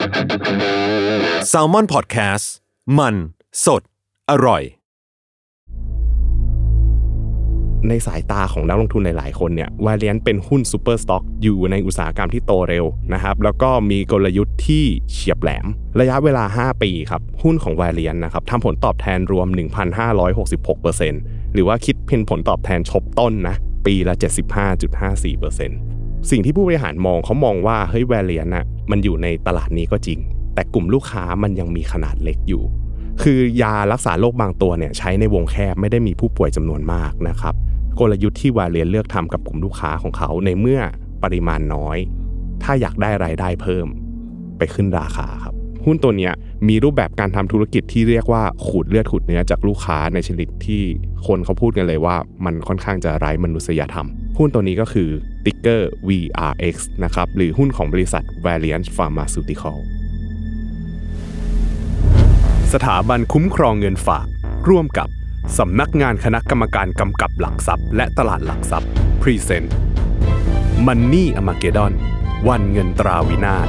Salmon Podcast มันสดอร่อยในสายตาของนักลงทุนหลายๆคนเนี่ย Valiant เป็นหุ้นซูเปอร์สต็อกอยู่ในอุตสาหกรรมที่โตเร็วนะครับแล้วก็มีกลยุทธ์ที่เฉียบแหลมระยะเวลา5ปีครับหุ้นของ Valiant นะครับทำผลตอบแทนรวม 1,566% หรือว่าคิดเป็นผลตอบแทนทบต้นนะปีละ 75.54% สิ่งที่ผู้บริหารเขามองว่าเฮ้ย Valiant น่ะมันอยู่ในตลาดนี้ก็จริงแต่กลุ่มลูกค้ามันยังมีขนาดเล็กอยู่คือยารักษาโรคบางตัวเนี่ยใช้ในวงแคบไม่ได้มีผู้ป่วยจำนวนมากนะครับกลยุทธ์ที่ Valiant เลือกทำกับกลุ่มลูกค้าของเขาในเมื่อปริมาณน้อยถ้าอยากได้รายได้เพิ่มไปขึ้นราคาครับหุ้นตัวนี้มีรูปแบบการทำธุรกิจที่เรียกว่าขูดเลือดขูดเนื้อจากลูกค้าในชนิดที่คนเขาพูดกันเลยว่ามันค่อนข้างจะไร้มนุษยธรรมหุ้นตัวนี้ก็คือ Ticker VRX นะครับหรือหุ้นของบริษัท Valiant Pharmaceutical สถาบันคุ้มครองเงินฝากร่วมกับสำนักงานคณะกรรมการกำกับหลักทรัพย์และตลาดหลักทรัพย์ Present Money Armageddon วันเงินตราวินาศ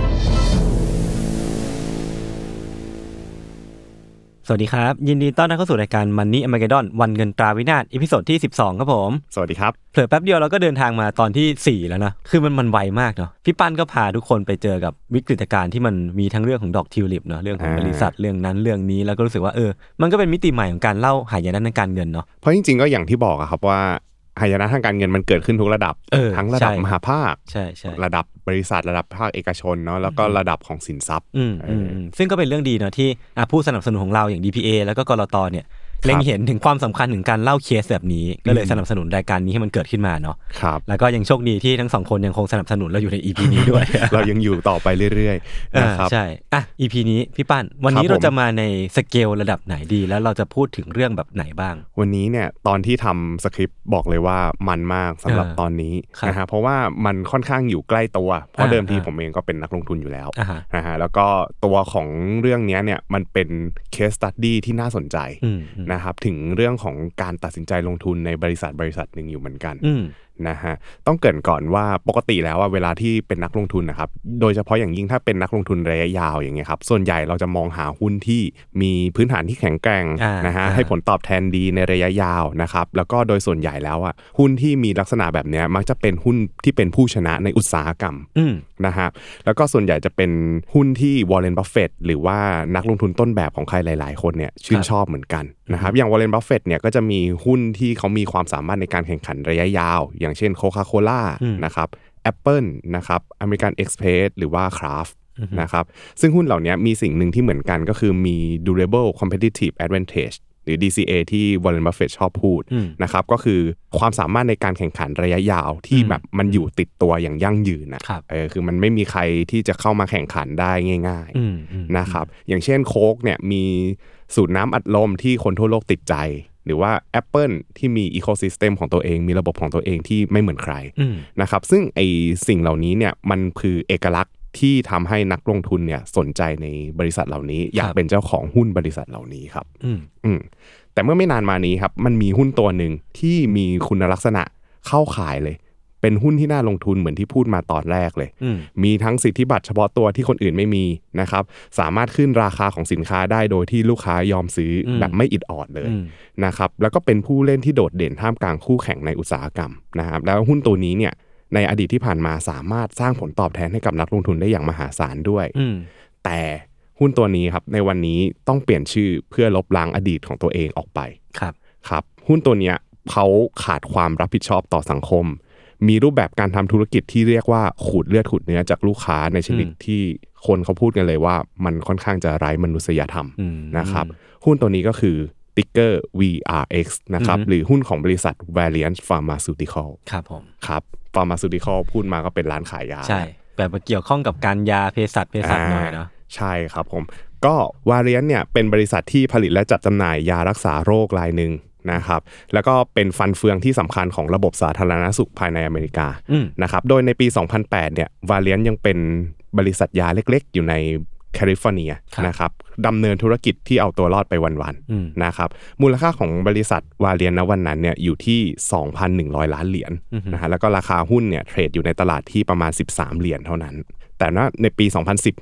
สวัสดีครับยินดีต้อนรับเข้าสู่รายการ Money Armageddon วันเงินตราวินาศอีพิโซดที่12ครับผมสวัสดีครับเผลอแป๊บเดียวเราก็เดินทางมาตอนที่4แล้วนะคือมันไวมากเนาะพี่ปั้นก็พาทุกคนไปเจอกับวิกฤตการณ์ที่มันมีทั้งเรื่องของดอกทิวลิปเนาะเรื่องของบริษัทเรื่องนั้นเรื่องนี้แล้วก็รู้สึกว่ามันก็เป็นมิติใหม่ของการเล่าหายนะทางการเงินเนาะเพราะจริงๆก็อย่างที่บอกอะครับว่าหายนะทางการเงินมันเกิดขึ้นทุกระดับทั้งระดับมหาภาคใช่ระดับบริษัทระดับภาคเอกชนเนาะแล้วก็ระดับของสินทรัพย์ซึ่งก็เป็นเรื่องดีเนาะที่ผู้สนับสนุนของเราอย่าง DPA แล้วก็กลต.เนี่ยเล็งเห็นถึงความสำคัญถึงการเล่าเคสแบบนี้ก็เลยสนับสนุนรายการนี้ให้มันเกิดขึ้นมาเนาะแล้วก็ยังโชคดีที่ทั้ง2คนยังคงสนับสนุนเราอยู่ใน EP นี้ด้วยเรายังอยู่ต่อไปเรื่อยๆนะครับใช่EP นี้พี่ปั้นวันนี้เราจะมาในสเกลระดับไหนดีแล้วเราจะพูดถึงเรื่องแบบไหนบ้างวันนี้เนี่ยตอนที่ทำสคริปต์บอกเลยว่ามันมากสำหรับตอนนี้นะฮะเพราะว่ามันค่อนข้างอยู่ใกล้ตัวเพราะเดิมทีผมเองก็เป็นนักลงทุนอยู่แล้วนะฮะแล้วก็ตัวของเรื่องนี้เนี่ยมันเป็น case study ที่น่าสนใจนะครับถึงเรื่องของการตัดสินใจลงทุนในบริษัทหนึ่งอยู่เหมือนกันนะฮะต้องเกริ่นก่อนว่าปกติแล้วเวลาที่เป็นนักลงทุนนะครับโดยเฉพาะอย่างยิ่งถ้าเป็นนักลงทุนระยะยาวอย่างเงี้ยครับส่วนใหญ่เราจะมองหาหุ้นที่มีพื้นฐานที่แข็งแกร่งนะฮะให้ผลตอบแทนดีในระยะยาวนะครับแล้วก็โดยส่วนใหญ่แล้วหุ้นที่มีลักษณะแบบนี้มักจะเป็นหุ้นที่เป็นผู้ชนะในอุตสาหกรรมนะฮะแล้วก็ส่วนใหญ่จะเป็นหุ้นที่วอร์เรน บัฟเฟตต์หรือว่านักลงทุนต้นแบบของใครหลายๆคนเนี่ยชื่นชอบเหมือนกันนะครับอย่างวอร์เรน บัฟเฟตต์เนี่ยก็จะมีหุ้นที่เขามีความสามารถในการแข่งขันระยะยาวอย่างเช่นโคคาโคล่านะครับ Apple นะครับอเมริกันเอ็กซ์เพรสหรือว่า Kraft นะครับซึ่งหุ้นเหล่านี้มีสิ่งหนึ่งที่เหมือนกันก็คือมี durable competitive advantage หรือ DCA ที่ Warren Buffett ชอบพูดนะครับก็คือความสามารถในการแข่งขันระยะยาวที่แบบมันอยู่ติดตัวอย่างยั่งยืนคือมันไม่มีใครที่จะเข้ามาแข่งขันได้ง่ายๆนะครับอย่างเช่นโค้กเนี่ยมีสูตรน้ำอัดลมที่คนทั่วโลกติดใจหรือว่า Apple ที่มีอีโคซิสเต็มของตัวเองมีระบบของตัวเองที่ไม่เหมือนใครนะครับซึ่งไอสิ่งเหล่านี้เนี่ยมันคือเอกลักษณ์ที่ทำให้นักลงทุนเนี่ยสนใจในบริษัทเหล่านี้อยากเป็นเจ้าของหุ้นบริษัทเหล่านี้ครับแต่เมื่อไม่นานมานี้ครับมันมีหุ้นตัวหนึ่งที่มีคุณลักษณะเข้าขายเลยเป็นหุ้นที่น่าลงทุนเหมือนที่พูดมาตอนแรกเลยมีทั้งสิทธิบัตรเฉพาะตัวที่คนอื่นไม่มีนะครับสามารถขึ้นราคาของสินค้าได้โดยที่ลูกค้ายอมซื้อแบบไม่อิดออดเลยนะครับแล้วก็เป็นผู้เล่นที่โดดเด่นท่ามกลางคู่แข่งในอุตสาหกรรมนะครับแล้วหุ้นตัวนี้เนี่ยในอดีตที่ผ่านมาสามารถสร้างผลตอบแทนให้กับนักลงทุนได้อย่างมหาศาลด้วยแต่หุ้นตัวนี้ครับในวันนี้ต้องเปลี่ยนชื่อเพื่อลบล้างอดีตของตัวเองออกไปครับหุ้นตัวนี้เขาขาดความรับผิดชอบต่อสังคมมีรูปแบบการทำธุรกิจที่เรียกว่าขูดเลือดขูดเนื้อจากลูกค้าในชนิดที่คนเขาพูดกันเลยว่ามันค่อนข้างจะไร้มนุษยธรรมนะครับหุ้นตัวนี้ก็คือ Ticker VRX นะครับหรือหุ้นของบริษัท Valiant Pharmaceutical ครับผมครับ Pharmaceutical พูดมาก็เป็นร้านขายยาใช่แบบเกี่ยวข้องกับการยาเภสัชหน่อยเนาะใช่ครับผมก็ Valiant เนี่ยเป็นบริษัทที่ผลิตและจัดจำหน่ายยารักษาโรครายหนึ่งนะครับแล้วก็เป็นฟันเฟืองที่สำคัญของระบบสาธารณสุขภายในอเมริกานะครับโดยในปี 2008 เนี่ย Valiant ยังเป็นบริษัทยาเล็กๆอยู่ในแคลิฟอร์เนียนะครับดำเนินธุรกิจที่เอาตัวรอดไปวันๆนะครับมูลค่าของบริษัท Valiant ณวันนั้นเนี่ยอยู่ที่ 2,100 ล้านเหรียญนะฮะแล้วก็ราคาหุ้นเนี่ยเทรดอยู่ในตลาดที่ประมาณ13เหรียญเท่านั้นแต่ในปี 2010 เนี่ย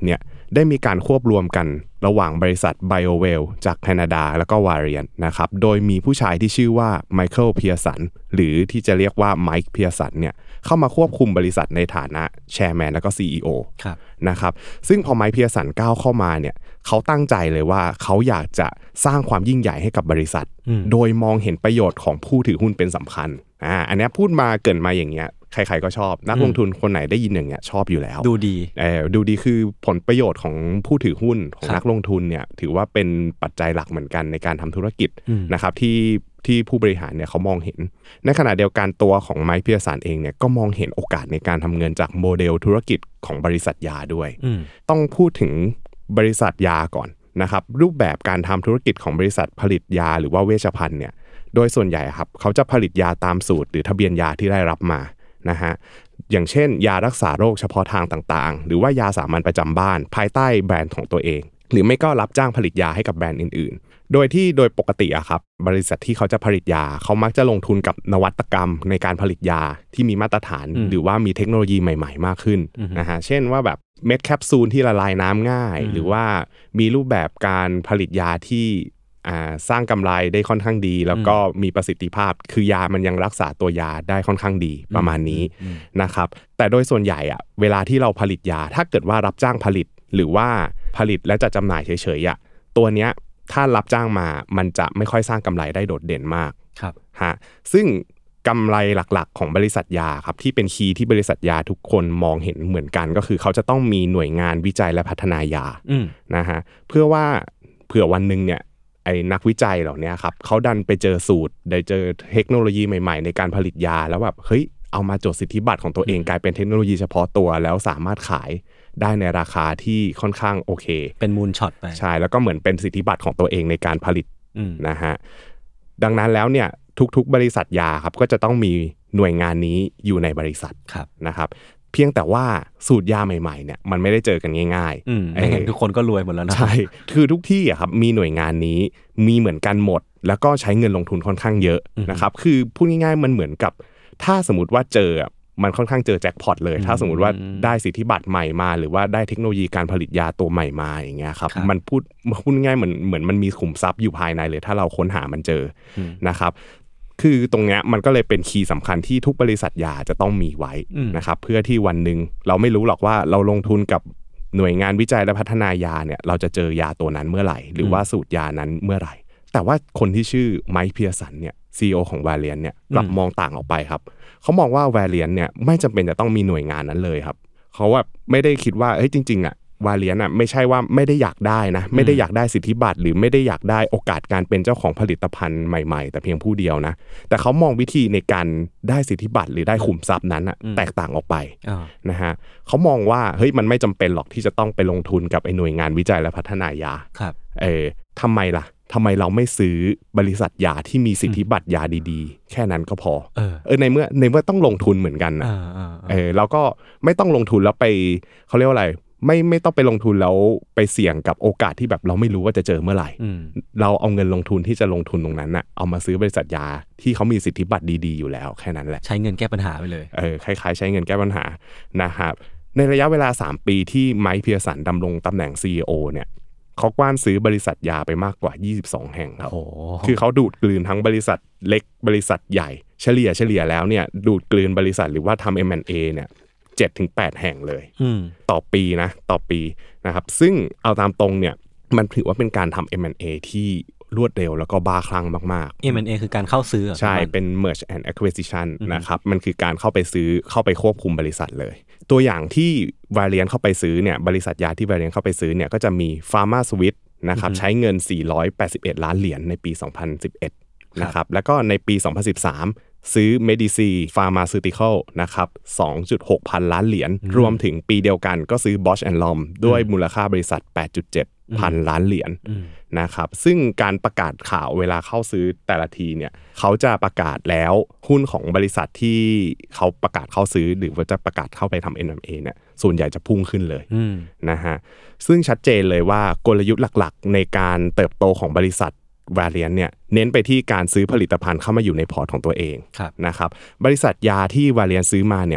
ได้มีการควบรวมกันระหว่างบริษัท BioWell จากแคนาดาแล้วก็ Variant นะครับโดยมีผู้ชายที่ชื่อว่าไมเคิลเพียร์สันหรือที่จะเรียกว่าไมค์เพียร์สันเนี่ยเข้ามาควบคุมบริษัทในฐานะแชร์แมนแล้วก็ CEO นะครับซึ่งพอไมค์เพียร์สันก้าวเข้ามาเนี่ยเขาตั้งใจเลยว่าเขาอยากจะสร้างความยิ่งใหญ่ให้กับบริษัทโดยมองเห็นประโยชน์ของผู้ถือหุ้นเป็นสำคัญอันนี้พูดมาเกินมาอย่างเงี้ยใครๆก็ชอบนักลงทุนคนไหนได้ยินอย่างเงี้ยชอบอยู่แล้วดูดีคือผลประโยชน์ของผู้ถือหุ้นของนักลงทุนเนี่ยถือว่าเป็นปัจจัยหลักเหมือนกันในการทำธุรกิจนะครับที่ผู้บริหารเนี่ยเขามองเห็นในขณะเดียวกันตัวของไมค์เพียร์สันเองเนี่ยก็มองเห็นโอกาสในการทำเงินจากโมเดลธุรกิจของบริษัทยาด้วยต้องพูดถึงบริษัทยาก่อนนะครับรูปแบบการทำธุรกิจของบริษัทผลิตยาหรือว่าเวชภัณฑ์เนี่ยโดยส่วนใหญ่ครับเขาจะผลิตยาตามสูตรหรือทะเบียนยาที่ได้รับมานะฮะอย่างเช่นยารักษาโรคเฉพาะทางต่างๆหรือว่ายาสามัญประจำบ้านภายใต้แบรนด์ของตัวเองหรือไม่ก็รับจ้างผลิตยาให้กับแบรนด์อื่นๆโดยปกติอะครับบริษัทที่เขาจะผลิตยาเขามักจะลงทุนกับนวัตกรรมในการผลิตยาที่มีมาตรฐานหรือว่ามีเทคโนโลยีใหม่ๆมากขึ้นนะฮะเช่นว่าแบบเม็ดแคปซูลที่ละลายน้ำง่ายหรือว่ามีรูปแบบการผลิตยาที่สร้างกำไรได้ค่อนข้างดีแล้วก็มีประสิทธิภาพคือยามันยังรักษาตัวยาได้ค่อนข้างดีประมาณนี้นะครับแต่โดยส่วนใหญ่อะเวลาที่เราผลิตยาถ้าเกิดว่ารับจ้างผลิตหรือว่าผลิตและจะจำหน่ายเฉยๆอะตัวเนี้ยถ้ารับจ้างมามันจะไม่ค่อยสร้างกำไรได้โดดเด่นมากฮะซึ่งกำไรหลักๆของบริษัทยาครับที่เป็นคีย์ที่บริษัทยาทุกคนมองเห็นเหมือนกันก็คือเขาจะต้องมีหน่วยงานวิจัยและพัฒนายานะฮะเพื่อว่าเผื่อวันนึงเนี่ยไอ้นักวิจัยเหล่านี้ครับเขาดันไปเจอสูตรได้เจอเทคโนโลยีใหม่ๆในการผลิตยาแล้วแบบเฮ้ยเอามาจดสิทธิบัตรของตัวเองกลายเป็นเทคโนโลยีเฉพาะตัวแล้วสามารถขายได้ในราคาที่ค่อนข้างโอเคเป็นมูลช็อตไปใช่แล้วก็เหมือนเป็นสิทธิบัตรของตัวเองในการผลิตนะฮะดังนั้นแล้วเนี่ยทุกๆบริษัทยาครับก็จะต้องมีหน่วยงานนี้อยู่ในบริษัทนะครับเพียงแต่ว่าสูตรยาใหม่ๆเนี่ยมันไม่ได้เจอกันง่ายๆทุกคนก็รวยหมดแล้วนะใช่คือทุกที่อ่ะครับมีหน่วยงานนี้มีเหมือนกันหมดแล้วก็ใช้เงินลงทุนค่อนข้างเยอะนะครับคือพูดง่ายๆมันเหมือนกับถ้าสมมติว่าเจอมันค่อนข้างเจอแจ็คพอตเลยถ้าสมมติว่าได้สิทธิบัตรใหม่มาหรือว่าได้เทคโนโลยีการผลิตยาตัวใหม่มาอย่างเงี้ยครับมันพูดง่ายเหมือนมันมีขุมทรัพย์อยู่ภายในเลยถ้าเราค้นหามันเจอนะครับคือตรงเนี้ยมันก็เลยเป็นคีย์สำคัญที่ทุกบริษัทยาจะต้องมีไว้นะครับเพื่อที่วันนึงเราไม่รู้หรอกว่าเราลงทุนกับหน่วยงานวิจัยและพัฒนายาเนี่ยเราจะเจอยาตัวนั้นเมื่อไหร่หรือว่าสูตรยานั้นเมื่อไหร่แต่ว่าคนที่ชื่อไมค์เพียร์สันเนี่ย CEO ของ Variant เนี่ยกลับมองต่างออกไปครับเขามองว่า Variant เนี่ยไม่จำเป็นจะต้องมีหน่วยงานนั้นเลยครับเขาว่าไม่ได้คิดว่าจริงๆอ่ะVariantไม่ใช่ว่าไม่ได้อยากได้นะไม่ได้อยากได้สิทธิบัตรหรือไม่ได้อยากได้โอกาสการเป็นเจ้าของผลิตภัณฑ์ใหม่ๆแต่เพียงผู้เดียวนะแต่เขามองวิธีในการได้สิทธิบัตรหรือได้ขุมทรัพย์นั้นแตกต่างออกไปนะฮะเขามองว่าเฮ้ยมันไม่จำเป็นหรอกที่จะต้องไปลงทุนกับไอ้หน่วยงานวิจัยและพัฒนายาทำไมล่ะทำไมเราไม่ซื้อบริษัทยาที่มีสิทธิบัตรยาดีๆแค่นั้นก็พอในเมื่อต้องลงทุนเหมือนกันนะเราก็ไม่ต้องลงทุนแล้วไปเขาเรียกว่าอะไรไม่ต้องไปลงทุนแล้วไปเสี่ยงกับโอกาสที่แบบเราไม่รู้ว่าจะเจอเมื่อไหร่เราเอาเงินลงทุนที่จะลงทุนตรงนั้นน่ะเอามาซื้อบริษัทยาที่เขามีสิทธิบัตรดีๆอยู่แล้วแค่นั้นแหละใช้เงินแก้ปัญหาไปเลยคล้ายๆใช้เงินแก้ปัญหานะครับในระยะเวลา3ปีที่ไมค์เพียร์สันดำรงตำแหน่ง CEO เนี่ยเขากว้านซื้อบริษัทยาไปมากกว่า22แห่งครับคือเขาดูดกลืนทั้งบริษัทเล็กบริษัทใหญ่เฉลี่ยแล้วเนี่ยดูดกลืนบริษัทหรือว่าทำ M&A เนี่ย7-8 แห่งเลยต่อปีนะครับซึ่งเอาตามตรงเนี่ยมันถือว่าเป็นการทำ M&A ที่รวดเร็วแล้วก็บ้าคลั่งมากๆ M&A คือการเข้าซื้อใช่เป็น merge and acquisition นะครับมันคือการเข้าไปซื้อเข้าไปควบคุมบริษัทเลยตัวอย่างที่ Variant เข้าไปซื้อเนี่ยบริษัทยาที่ Variant เข้าไปซื้อเนี่ยก็จะมี Pharma Suite นะครับใช้เงิน$481 ล้านในปี2011นะครับแล้วก็ในปี2013ซื้อ Medici Pharmaceutical นะครับ 2.6 พันล้านเหรียญรวมถึงปีเดียวกันก็ซื้อ Bausch & Lomb ด้วยมูลค่าบริษัท 8.7 พันล้านเหรียญนะครับซึ่งการประกาศข่าวเวลาเข้าซื้อแต่ละทีเนี่ยเขาจะประกาศแล้วหุ้นของบริษัทที่เขาประกาศเข้าซื้อหรือว่าจะประกาศเข้าไปทำ M&A เนี่ยส่วนใหญ่จะพุ่งขึ้นเลยนะฮะซึ่งชัดเจนเลยว่ากลยุทธ์หลักๆในการเติบโตของบริษัทVariant เนี่ยเน้นไปที่การซื้อผลิตภัณฑ์เข้ามาอยู่ในพอร์ตของตัวเองนะครับบริษัทยาที่ Variant ซื้อมาเนี่ย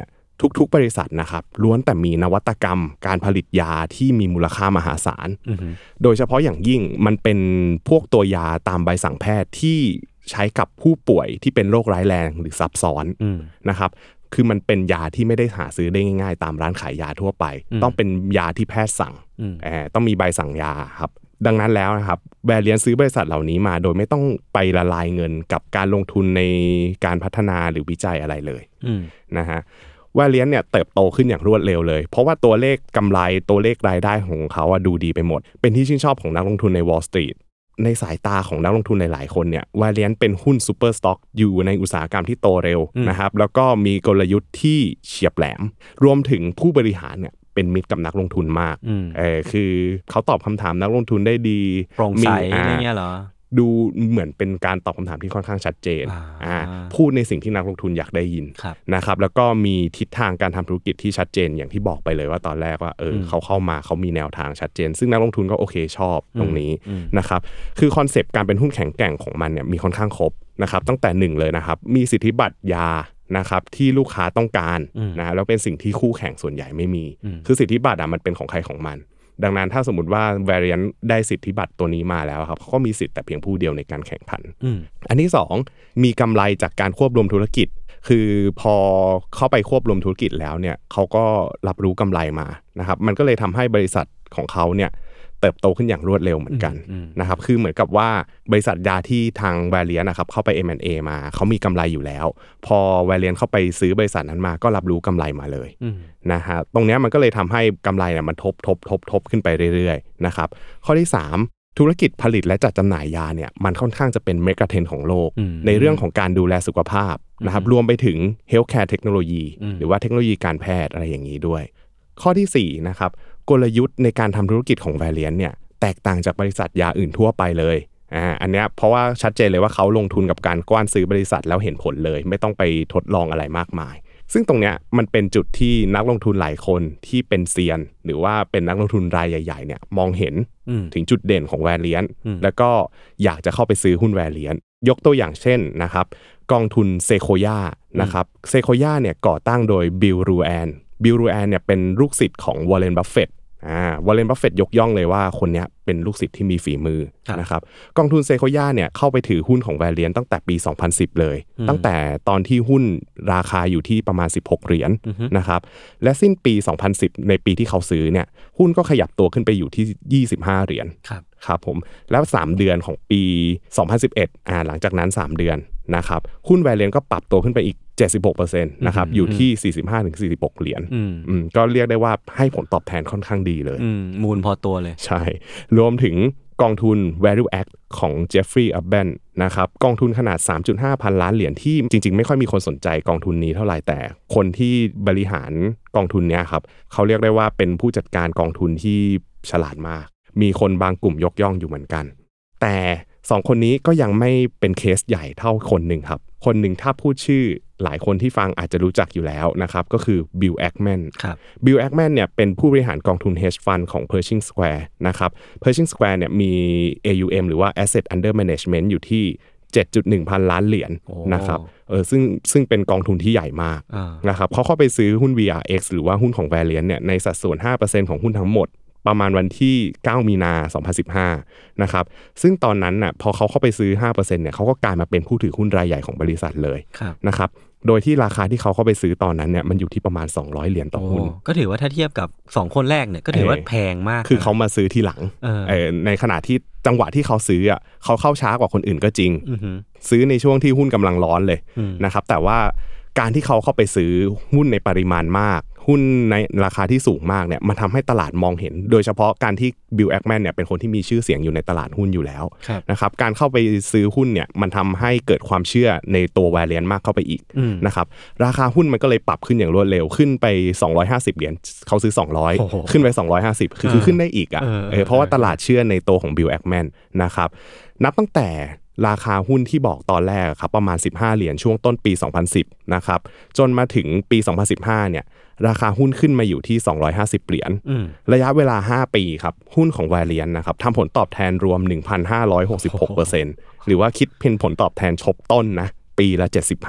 ทุกๆบริษัทนะครับล้วนแต่มีนวัตกรรมการผลิตยาที่มีมูลค่ามหาศาลโดยเฉพาะอย่างยิ่งมันเป็นพวกตัวยาตามใบสั่งแพทย์ที่ใช้กับผู้ป่วยที่เป็นโรคร้ายแรงหรือซับซ้อนนะครับคือมันเป็นยาที่ไม่ได้หาซื้อได้ง่ายๆตามร้านขายยาทั่วไปต้องเป็นยาที่แพทย์สั่งต้องมีใบสั่งยาครับดังนั้นแล้วนะครับแวร์เลียนซื้อบริษัทเหล่านี้มาโดยไม่ต้องไปละลายเงินกับการลงทุนในการพัฒนาหรือวิจัยอะไรเลยนะฮะแวร์เลียนเนี่ยเติบโตขึ้นอย่างรวดเร็วเลยเพราะว่าตัวเลขกำไรตัวเลขรายได้ของเขาดูดีไปหมดเป็นที่ชื่นชอบของนักลงทุนใน Wall Street ในสายตาของนักลงทุนหลายๆคนเนี่ยแวร์เลียนเป็นหุ้นซูเปอร์สต็อกอยู่ในอุตสาหกรรมที่โตเร็วนะครับแล้วก็มีกลยุทธ์ที่เฉียบแหลมรวมถึงผู้บริหารเนี่ยเป็นมิตรกับนักลงทุนมากคือเขาตอบคำถามนักลงทุนได้ดีโปร่งใสอะไรเงี้ยเหรอดูเหมือนเป็นการตอบคำถามที่ค่อนข้างชัดเจนพูดในสิ่งที่นักลงทุนอยากได้ยินนะครับแล้วก็มีทิศทางการทำธุรกิจที่ชัดเจนอย่างที่บอกไปเลยว่าตอนแรกว่าเขาเข้ามาเขามีแนวทางชัดเจนซึ่งนักลงทุนก็โอเคชอบตรงนี้นะครับคือคอนเซปต์การเป็นหุ้นแข็งแกร่งของมันเนี่ยมีค่อนข้างครบนะครับตั้งแต่1เลยนะครับมีสิทธิบัตรยานะครับที่ลูกค้าต้องการนะแล้วเป็นสิ่งที่คู่แข่งส่วนใหญ่ไม่มีคือสิทธิบัตรมันเป็นของใครของมันดังนั้นถ้าสมมติว่า Variant ได้สิทธิบัตรตัวนี้มาแล้วครับเขาก็มีสิทธิ์แต่เพียงผู้เดียวในการแข่งขันอันที่2มีกำไรจากการควบรวมธุรกิจคือพอเข้าไปควบรวมธุรกิจแล้วเนี่ยเขาก็รับรู้กำไรมานะครับมันก็เลยทำให้บริษัทของเขาเนี่ยเติบโตขึ้นอย่างรวดเร็วเหมือนกันนะครับคือเหมือนกับว่าบริษัทยาที่ทาง Variant นะครับเข้าไป M&A มาเขามีกำไรอยู่แล้วพอ Variant เข้าไปซื้อบริษัทนั้นมาก็รับรู้กำไรมาเลยนะฮะตรงนี้มันก็เลยทำให้กำไรเนี่ยมันทบขึ้นไปเรื่อยๆนะครับข้อที่3ธุรกิจผลิตและจัดจำหน่ายยาเนี่ยมันค่อนข้างจะเป็นเมกะเทรนด์ของโลกในเรื่องของการดูแลสุขภาพนะครับรวมไปถึง Healthcare Technology หรือว่าเทคโนโลยีการแพทย์อะไรอย่างนี้ด้วยข้อที่4นะครับกลยุทธ์ในการทำธุรกิจของ Variant เนี่ยแตกต่างจากบริษัทยาอื่นทั่วไปเลยอันเนี้ยเพราะว่าชัดเจนเลยว่าเขาลงทุนกับการกว้านซื้อบริษัทแล้วเห็นผลเลยไม่ต้องไปทดลองอะไรมากมายซึ่งตรงเนี้ยมันเป็นจุดที่นักลงทุนหลายคนที่เป็นเซียนหรือว่าเป็นนักลงทุนรายใหญ่ๆเนี่ยมองเห็นถึงจุดเด่นของ Variant แล้วก็อยากจะเข้าไปซื้อหุ้น Variant ยกตัวอย่างเช่นนะครับกองทุน Sequoia นะครับ Sequoia เนี่ยก่อตั้งโดย Bill Ruanเนี่ยเป็นลูกศิษย์ของ Warren Buffett Warren Buffett ยกย่องเลยว่าคนนี้เป็นลูกศิษย์ที่มีฝีมือนะครับกองทุน Sequoia เนี่ยเข้าไปถือหุ้นของ Variant ตั้งแต่ปี 2010 เลยตั้งแต่ตอนที่หุ้นราคาอยู่ที่ประมาณ16เหรียญนะครับและสิ้นปี 2010 ในปีที่เขาซื้อเนี่ยหุ้นก็ขยับตัวขึ้นไปอยู่ที่25เหรียญครับผมแล้ว3เดือนของปี 2011หลังจากนั้น3เดือนนะครับหุ้น Variant ก็ปรับตัวขึ้นไปอีก 76% นะครับอยู่ที่ 45-46 เหรียญก็เรียกได้ว่าให้ผลตอบแทนค่อนข้างดีเลยมูลพอตัวเลยใช่รวมถึงกองทุน Value Act ของ Jeffrey Ubben นะครับกองทุนขนาด 3.5 พันล้านเหรียญที่จริงๆไม่ค่อยมีคนสนใจกองทุนนี้เท่าไหร่แต่คนที่บริหารกองทุนเนี้ยครับเขาเรียกได้ว่าเป็นผู้จัดการกองทุนที่ฉลาดมากมีคนบางกลุ่มยกย่องอยู่เหมือนกันแต่2คนนี้ก็ยังไม่เป็นเคสใหญ่เท่าคนหนึ่งครับคนหนึ่งถ้าพูดชื่อหลายคนที่ฟังอาจจะรู้จักอยู่แล้วนะครับก็คือ Bill Ackman Bill Ackman เนี่ยเป็นผู้บริหารกองทุน Hedge Fund ของ Pershing Square นะครับ Pershing Square เนี่ยมี AUM หรือว่า Asset Under Management อยู่ที่ 7.1 พันล้านเหรียญนะครับซึ่งเป็นกองทุนที่ใหญ่มากนะครับเขาเข้าไปซื้อหุ้น VRX หรือว่าหุ้นของ Variant เนี่ยในสัดส่วน 5% ของหุ้นทั้งหมดประมาณวันที่9มีนา 2015นะครับซึ่งตอนนั้นน่ะพอเขาเข้าไปซื้อ 5% เนี่ยเขาก็กลายมาเป็นผู้ถือหุ้นรายใหญ่ของบริษัทเลยนะครับโดยที่ราคาที่เขาเข้าไปซื้อตอนนั้นเนี่ยมันอยู่ที่ประมาณ200เหรียญต่อหุ้นก็ถือว่าถ้าเทียบกับ2คนแรกเนี่ยก็ถือว่าแพงมากคือเขามาซื้อทีหลังในขณะที่จังหวะที่เขาซื้ออ่ะเขาเข้าช้ากว่าคนอื่นก็จริงซื้อในช่วงที่หุ้นกำลังร้อนเลยนะครับแต่ว่าการที่เขาเข้าไปซื้อหุ้นในปริมาณมากหุ้นในราคาที่สูงมากเนี่ยมันทำให้ตลาดมองเห็นโดยเฉพาะการที่ Bill Ackman เนี่ยเป็นคนที่มีชื่อเสียงอยู่ในตลาดหุ้นอยู่แล้วนะครับการเข้าไปซื้อหุ้นเนี่ยมันทำให้เกิดความเชื่อในตัว Variant มากเข้าไปอีกนะครับราคาหุ้นมันก็เลยปรับขึ้นอย่างรวดเร็วขึ้นไป250เหรียญเขาซื้อ200ขึ้นไป250คือขึ้นได้อีกอ่ะเพราะว่าตลาดเชื่อในตัวของ Bill Ackman นะครับนับตั้งแต่ราคาหุ้นที่บอกตอนแรกครับประมาณ15เหรียญช่วงต้นปี2010นะครับจนมาถึงปี2015เนี่ยราคาหุ้นขึ้นมาอยู่ที่250เหรียญระยะเวลา5ปีครับหุ้นของ Variant นะครับทำผลตอบแทนรวม 1,566% หรือว่าคิดเป็นผลตอบแทนทบต้นนะปีละ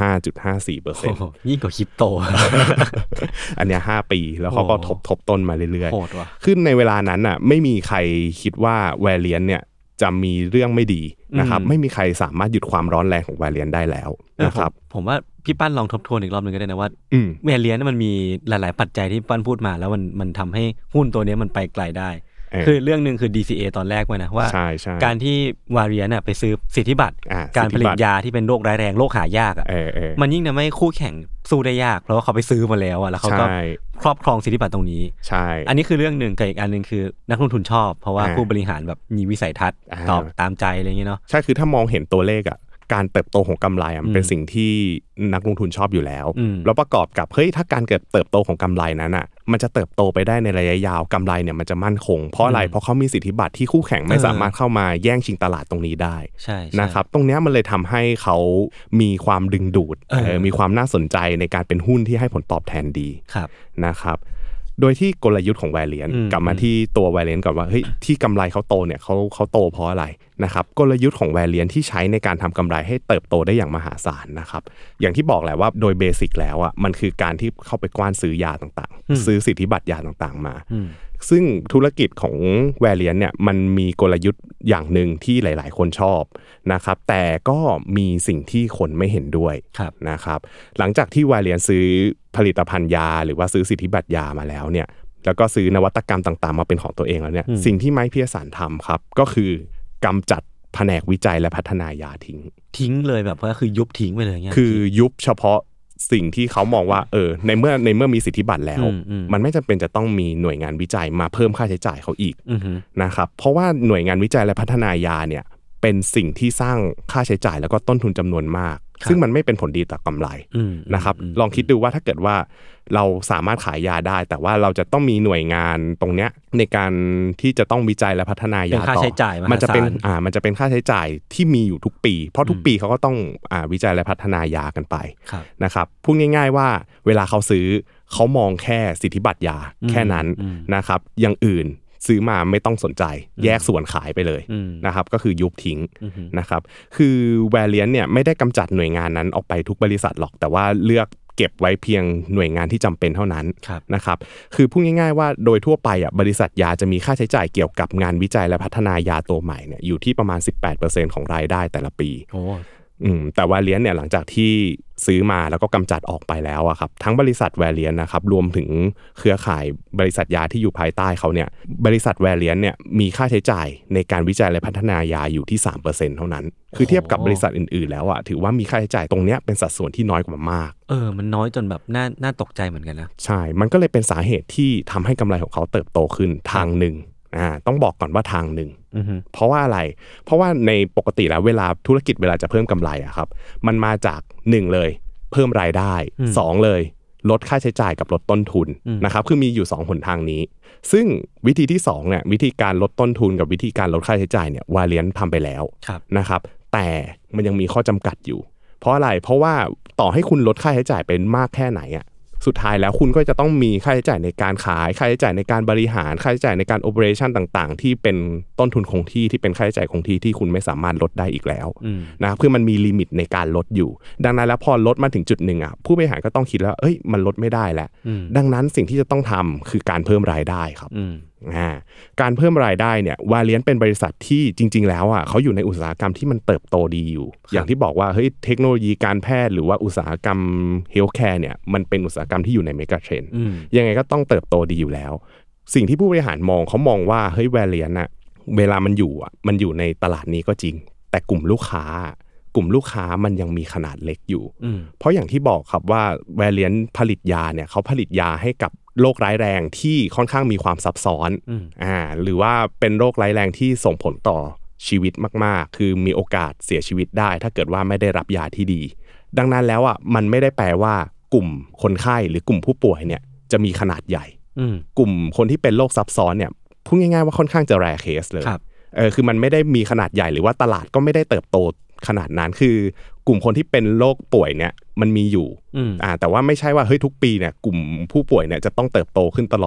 75.54% ยิ่งกว่าคริปโตอันเนี้ย5ปีแล้วเขาก็ทบต้นมาเรื่อยๆโหดว่ะขึ้นในเวลานั้นน่ะไม่มีใครคิดว่าแวเลียนเนี่ยจะมีเรื่องไม่ดีนะครับไม่มีใครสามารถหยุดความร้อนแรงของแวเลียนได้แล้วนะครับผมว่าพี่ปั้นลองทบทวนอีกรอบนึงก็ได้นะว่าแวเลียนมันมีหลายๆปัจจัยที่ปั้นพูดมาแล้วมันทำให้หุ้นตัวนี้มันไปไกลได้คือเรื่องนึงคือ DCA ตอนแรกไว้นะว่าการที่วาเรียนไปซื้อสิทธิบัตรการผลิตยาที่เป็นโรคร้ายแรงโรคหายากมันยิ่งทำให้คู่แข่งสู้ได้ยากเพราะว่าเขาไปซื้อมาแล้วแล้วเขาก็ครอบครองสิทธิบัตรตรงนี้อันนี้คือเรื่องนึงกับอีกอันนึงคือนักลงทุนชอบเพราะว่าผู้บริหารแบบมีวิสัยทัศน์ตอบตามใจอะไรอย่างเงี้ยเนาะใช่คือถ้ามองเห็นตัวเลขการเติบโตของกำไรมันเป็นสิ่งที่นักลงทุนชอบอยู่แล้วแล้วประกอบกับเฮ้ยถ้าการเติบโตของกำไรนั้นมันจะเติบโตไปได้ในระยะยาวกำไรเนี่ยมันจะมั่นคงเพราะอะไรเพราะเขามีสิทธิบัตรที่คู่แข่งไม่สามารถเข้ามาแย่งชิงตลาดตรงนี้ได้นะครับตรงนี้มันเลยทำให้เขามีความดึงดูดมีความน่าสนใจในการเป็นหุ้นที่ให้ผลตอบแทนดีนะครับโดยที่กลยุทธ์ของแวเลียนกลับมาที่ตัวแวเลียนก่อนว่าเฮ้ยที่กำไรเขาโตเนี่ยเขาโตเพราะอะไรนะครับกลยุทธ์ของแวเลียนที่ใช้ในการทำกำไรให้เติบโตได้อย่างมหาศาลนะครับอย่างที่บอกแหละว่าโดยเบสิกแล้วมันคือการที่เข้าไปกว้านซื้อยาต่างๆซื้อสิทธิบัตรยาต่างๆมาซึ่งธุรกิจของแวเลียนเนี่ยมันมีกลยุทธ์อย่างหนึ่งที่หลายๆคนชอบนะครับแต่ก็มีสิ่งที่คนไม่เห็นด้วยนะครับหลังจากที่แวเลียนซื้อผลิตภัณฑ์ยาหรือว่าซื้อสิทธิบัตรยามาแล้วเนี่ยแล้วก็ซื้อนวัตกรรมต่างๆมาเป็นของตัวเองแล้วเนี่ยสิ่งที่ไมค์ พียร์สันทำครับก็คือกำจัดแผนกวิจัยและพัฒนายาทิ้งเลยแบบว่าคือยุบทิ้งไปเลยเงี้ยคือยุบเฉพาะสิ่งที่เขามองว่าในเมื่อมีสิทธิบัตรแล้วมันไม่จำเป็นจะต้องมีหน่วยงานวิจัยมาเพิ่มค่าใช้จ่ายเขาอีกนะครับเพราะว่าหน่วยงานวิจัยและพัฒนายาเนี่ยเป็นสิ่งที่สร้างค่าใช้จ่ายแล้วก็ต้นทุนจำนวนมากซึ่งมันไม่เป็นผลดีต่อกำไรนะครับลองคิดดูว่าถ้าเกิดว่าเราสามารถขายยาได้แต่ว่าเราจะต้องมีหน่วยงานตรงเนี้ยในการที่จะต้องวิจัยและพัฒนายาต่อมันจะเป็นค่าใช้จ่ายที่มีอยู่ทุกปีเพราะทุกปีเขาก็ต้องวิจัยและพัฒนายากันไปนะครับพูดง่ายๆว่าเวลาเขาซื้อเขามองแค่สิทธิบัตรยาแค่นั้นนะครับอย่างอื่นซื้อมาไม่ต้องสนใจแยกส่วนขายไปเลยนะครับก็คือยุบทิ้งนะครับคือแวเลียนเนี่ยไม่ได้กำจัดหน่วยงานนั้นออกไปทุกบริษัทหรอกแต่ว่าเลือกเก็บไว้เพียงหน่วยงานที่จำเป็นเท่านั้นนะครับคือพูดง่ายๆว่าโดยทั่วไปบริษัทยาจะมีค่าใช้จ่ายเกี่ยวกับงานวิจัยและพัฒนายาตัวใหม่เนี่ยอยู่ที่ประมาณ 18% ของรายได้แต่ละปีแต่แวเลียนเนี่ยหลังจากที่ซื้อมาแล้วก็กำจัดออกไปแล้วครับทั้งบริษัทแวเลียนนะครับรวมถึงเครือข่ายบริษัทยาที่อยู่ภายใต้เขาเนี่ยบริษัทแวเลียนเนี่ยมีค่าใช้จ่ายในการวิจัยและพัฒนายาอยู่ที่ 3% เท่านั้นคือเทียบกับบริษัทอื่นๆแล้วถือว่ามีค่าใช้จ่ายตรงเนี้ยเป็นสัดส่วนที่น้อยกว่ามากมันน้อยจนแบบน่าตกใจเหมือนกันนะใช่มันก็เลยเป็นสาเหตุที่ทำให้กำไรของเขาเติบโตขึ้นทางหนึ่งต้องบอกก่อนว่าทางหนึ่งเพราะว่าอะไรเพราะว่าในปกติแล้วเวลาธุรกิจเวลาจะเพิ่มกำไรครับมันมาจาก1เลยเพิ่มรายได้2เลยลดค่าใช้จ่ายกับลดต้นทุนนะครับคือมีอยู่2หนทางนี้ซึ่งวิธีที่2เนี่ยวิธีการลดต้นทุนกับวิธีการลดค่าใช้จ่ายเนี่ยวาเลียนทำไปแล้วนะครับแต่มันยังมีข้อจำกัดอยู่เพราะอะไรเพราะว่าต่อให้คุณลดค่าใช้จ่ายเป็นมากแค่ไหนสุดท้ายแล้วคุณก็จะต้องมีค่าใช้จ่ายในการขายค่าใช้จ่ายในการบริหารค่าใช้จ่ายในการโอเปอเรชั่นต่างๆที่เป็นต้นทุนคงที่ที่เป็นค่าใช้จ่ายคงที่ที่คุณไม่สามารถลดได้อีกแล้วนะครับคือมันมีลิมิตในการลดอยู่ดังนั้นแล้วพอลดมาถึงจุดหนึ่งผู้บริหารก็ต้องคิดแล้วมันลดไม่ได้แล้วดังนั้นสิ่งที่จะต้องทำคือการเพิ่มรายได้ครับการเพิ่มรายได้เนี่ยวาเลียนเป็นบริษัทที่จริงๆแล้วเขาอยู่ในอุตสาหกรรมที่มันเติบโตดีอยู่อย่างที่บอกว่าเฮ้ยเทคโนโลยีการแพทย์หรือว่าอุตสาหกรรมเฮลท์แคร์เนี่ยมันเป็นอุตสาหกรรมที่อยู่ในเมกะเทรนด์ยังไงก็ต้องเติบโตดีอยู่แล้วสิ่งที่ผู้บริหารเขามองว่าเฮ้ยวาเลียนเวลามันอยู่ในตลาดนี้ก็จริงแต่กลุ่มลูกค้ามันยังมีขนาดเล็กอยู่เพราะอย่างที่บอกครับว่าแวเลียนผลิตยาเนี่ยเขาผลิตยาให้กับโรคร้ายแรงที่ค่อนข้างมีความซับซ้อนหรือว่าเป็นโรคร้ายแรงที่ส่งผลต่อชีวิตมากๆคือมีโอกาสเสียชีวิตได้ถ้าเกิดว่าไม่ได้รับยาที่ดีดังนั้นแล้วมันไม่ได้แปลว่ากลุ่มคนไข้หรือกลุ่มผู้ป่วยเนี่ยจะมีขนาดใหญ่กลุ่มคนที่เป็นโรคซับซ้อนเนี่ยพูดง่ายๆว่าค่อนข้างจะแรร์เคสเลยคือมันไม่ได้มีขนาดใหญ่หรือว่าตลาดก็ไม่ได้เติบโตขนาดนั้นคือกลุ่มคนที่เป็นโรคป่วยเนี่ยมันมีอยู่แต่ว่าไม่ใช่ว่าเฮ้ยทุกปีเนี่ยกลุ่มผู้ป่วยเนี่ยจะต้องเติบโตขึ้นตลอด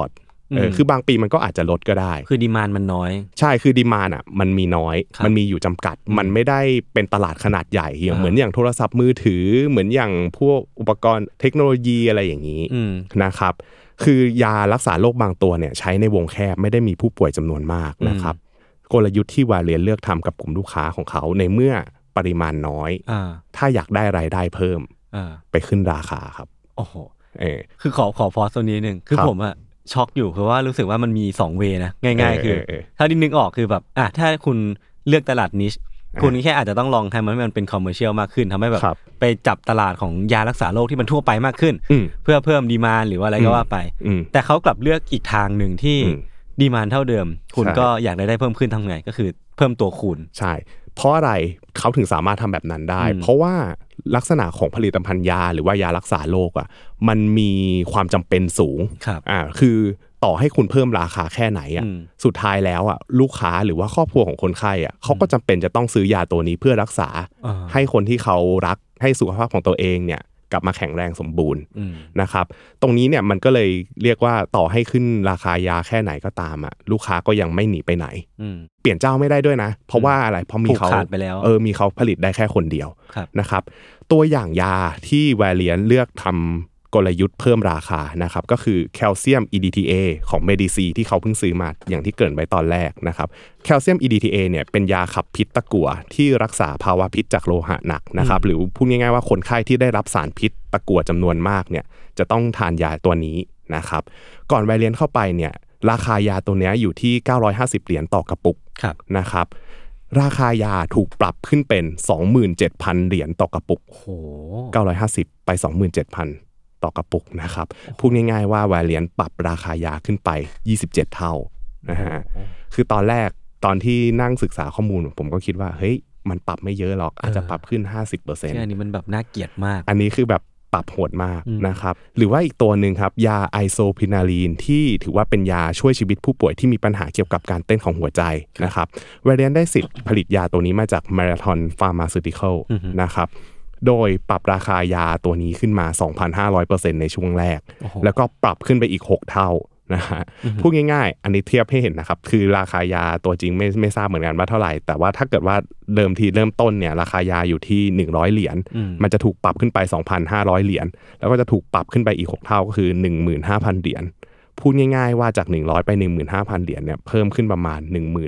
คือบางปีมันก็อาจจะลดก็ได้คือดีมานด์มันน้อยใช่คือดีมานด์อ่ะมันมีน้อยมันมีอยู่จำกัดมันไม่ได้เป็นตลาดขนาดใหญ่เหมือนอย่างโทรศัพท์มือถือเหมือนอย่างพวกอุปกรณ์เทคโนโลยีอะไรอย่างนี้นะครับคือยารักษาโรคบางตัวเนี่ยใช้ในวงแคบไม่ได้มีผู้ป่วยจำนวนมากนะครับกลยุทธ์ที่วาเลียนเลือกทำกับกลุ่มลูกค้าของเขาในเมื่อปริมาณน้อยถ้าอยากได้รายได้เพิ่มไปขึ้นราคาครับโอ้โหคือขอพอสตัวนี้นึงคือผมอะช็อกอยู่เพราะว่ารู้สึกว่ามันมี2เวนะง่ายๆคือถ้าที่นึกออกคือแบบถ้าคุณเลือกตลาดนิชคุณแค่อาจจะต้องลองทำให้มันเป็นคอมเมอร์เชียลมากขึ้นทำให้แบบไปจับตลาดของยารักษาโรคที่มันทั่วไปมากขึ้นเพื่อเพิ่มดีมานด์หรือว่าอะไรก็ว่าไปแต่เขากลับเลือกอีกทางหนึ่งที่ดีมานด์เท่าเดิมคุณก็อยากได้เพิ่มขึ้นทำไงก็คือเพิ่มตัวคูณใช่เพราะอะไรเขาถึงสามารถทำแบบนั้นได้เพราะว่าลักษณะของผลิตภัณฑ์ยาหรือว่ายารักษาโรคมันมีความจำเป็นสูงคือต่อให้คุณเพิ่มราคาแค่ไหนสุดท้ายแล้วลูกค้าหรือว่าครอบครัวของคนไข้เขาก็จำเป็นจะต้องซื้อยาตัวนี้เพื่อรักษาให้คนที่เขารักให้สุขภาพของตัวเองเนี่ยกลับมาแข็งแรงสมบูรณ์นะครับตรงนี้เนี่ยมันก็เลยเรียกว่าต่อให้ขึ้นราคายาแค่ไหนก็ตามลูกค้าก็ยังไม่หนีไปไหนเปลี่ยนเจ้าไม่ได้ด้วยนะเพราะว่าอะไรเพราะมีเขามีเขาผลิตได้แค่คนเดียวนะครับตัวอย่างยาที่แวเลียนเลือกทำกลยุทธ์เพิ่มราคานะครับก็คือแคลเซียม EDTA ของ Medici ที่เขาเพิ่งซื้อมาอย่างที่เกริ่นไว้ตอนแรกนะครับแคลเซียม EDTA เนี่ยเป็นยาขับพิษตะกั่วที่รักษาภาวะพิษจากโลหะหนักนะครับหรือพูดง่ายๆว่าคนไข้ที่ได้รับสารพิษตะกั่วจำนวนมากเนี่ยจะต้องทานยาตัวนี้นะครับก่อนแวเลียนเข้าไปเนี่ยราคายาตัวนี้อยู่ที่950เหรียญต่อกระปุกนะครับราคายาถูกปรับขึ้นเป็น 27,000 เหรียญต่อกระปุกโอ้950ไป 27,000ต่อกระปุกนะครับพูดง่ายๆว่าแวเลียนปรับราคายาขึ้นไป27เท่านะฮะคือตอนแรกตอนที่นั่งศึกษาข้อมูลผมก็คิดว่าเฮ้ยมันปรับไม่เยอะหรอกอาจจะปรับขึ้น 50% อันนี้มันแบบน่าเกลียดมากอันนี้คือแบบปรับโหดมากนะครับหรือว่าอีกตัวนึงครับยาไอโซพินาลีนที่ถือว่าเป็นยาช่วยชีวิตผู้ป่วยที่มีปัญหาเกี่ยวกับการเต้นของหัวใจนะครับแวเลียนได้สิทธิ์ผลิตยาตัวนี้มาจาก Marathon Pharmaceutical นะครับโดยปรับราคายาตัวนี้ขึ้นมา 2,500% ในช่วงแรกแล้วก็ปรับขึ้นไปอีก6เท่านะฮะพูดง่ายๆอันนี้เทียบให้เห็นนะครับคือราคายาตัวจริงไม่ทราบเหมือนกันว่าเท่าไหร่แต่ว่าถ้าเกิดว่าเริ่มต้นเนี่ยราคายาอยู่ที่100เหรียญมันจะถูกปรับขึ้นไป 2,500 เหรียญแล้วก็จะถูกปรับขึ้นไปอีก6เท่าก็คือ 15,000 เหรียญพูดง่ายๆว่าจาก100ไป 15,000 เหรียญเนี่ยเพิ่มขึ้นประมาณ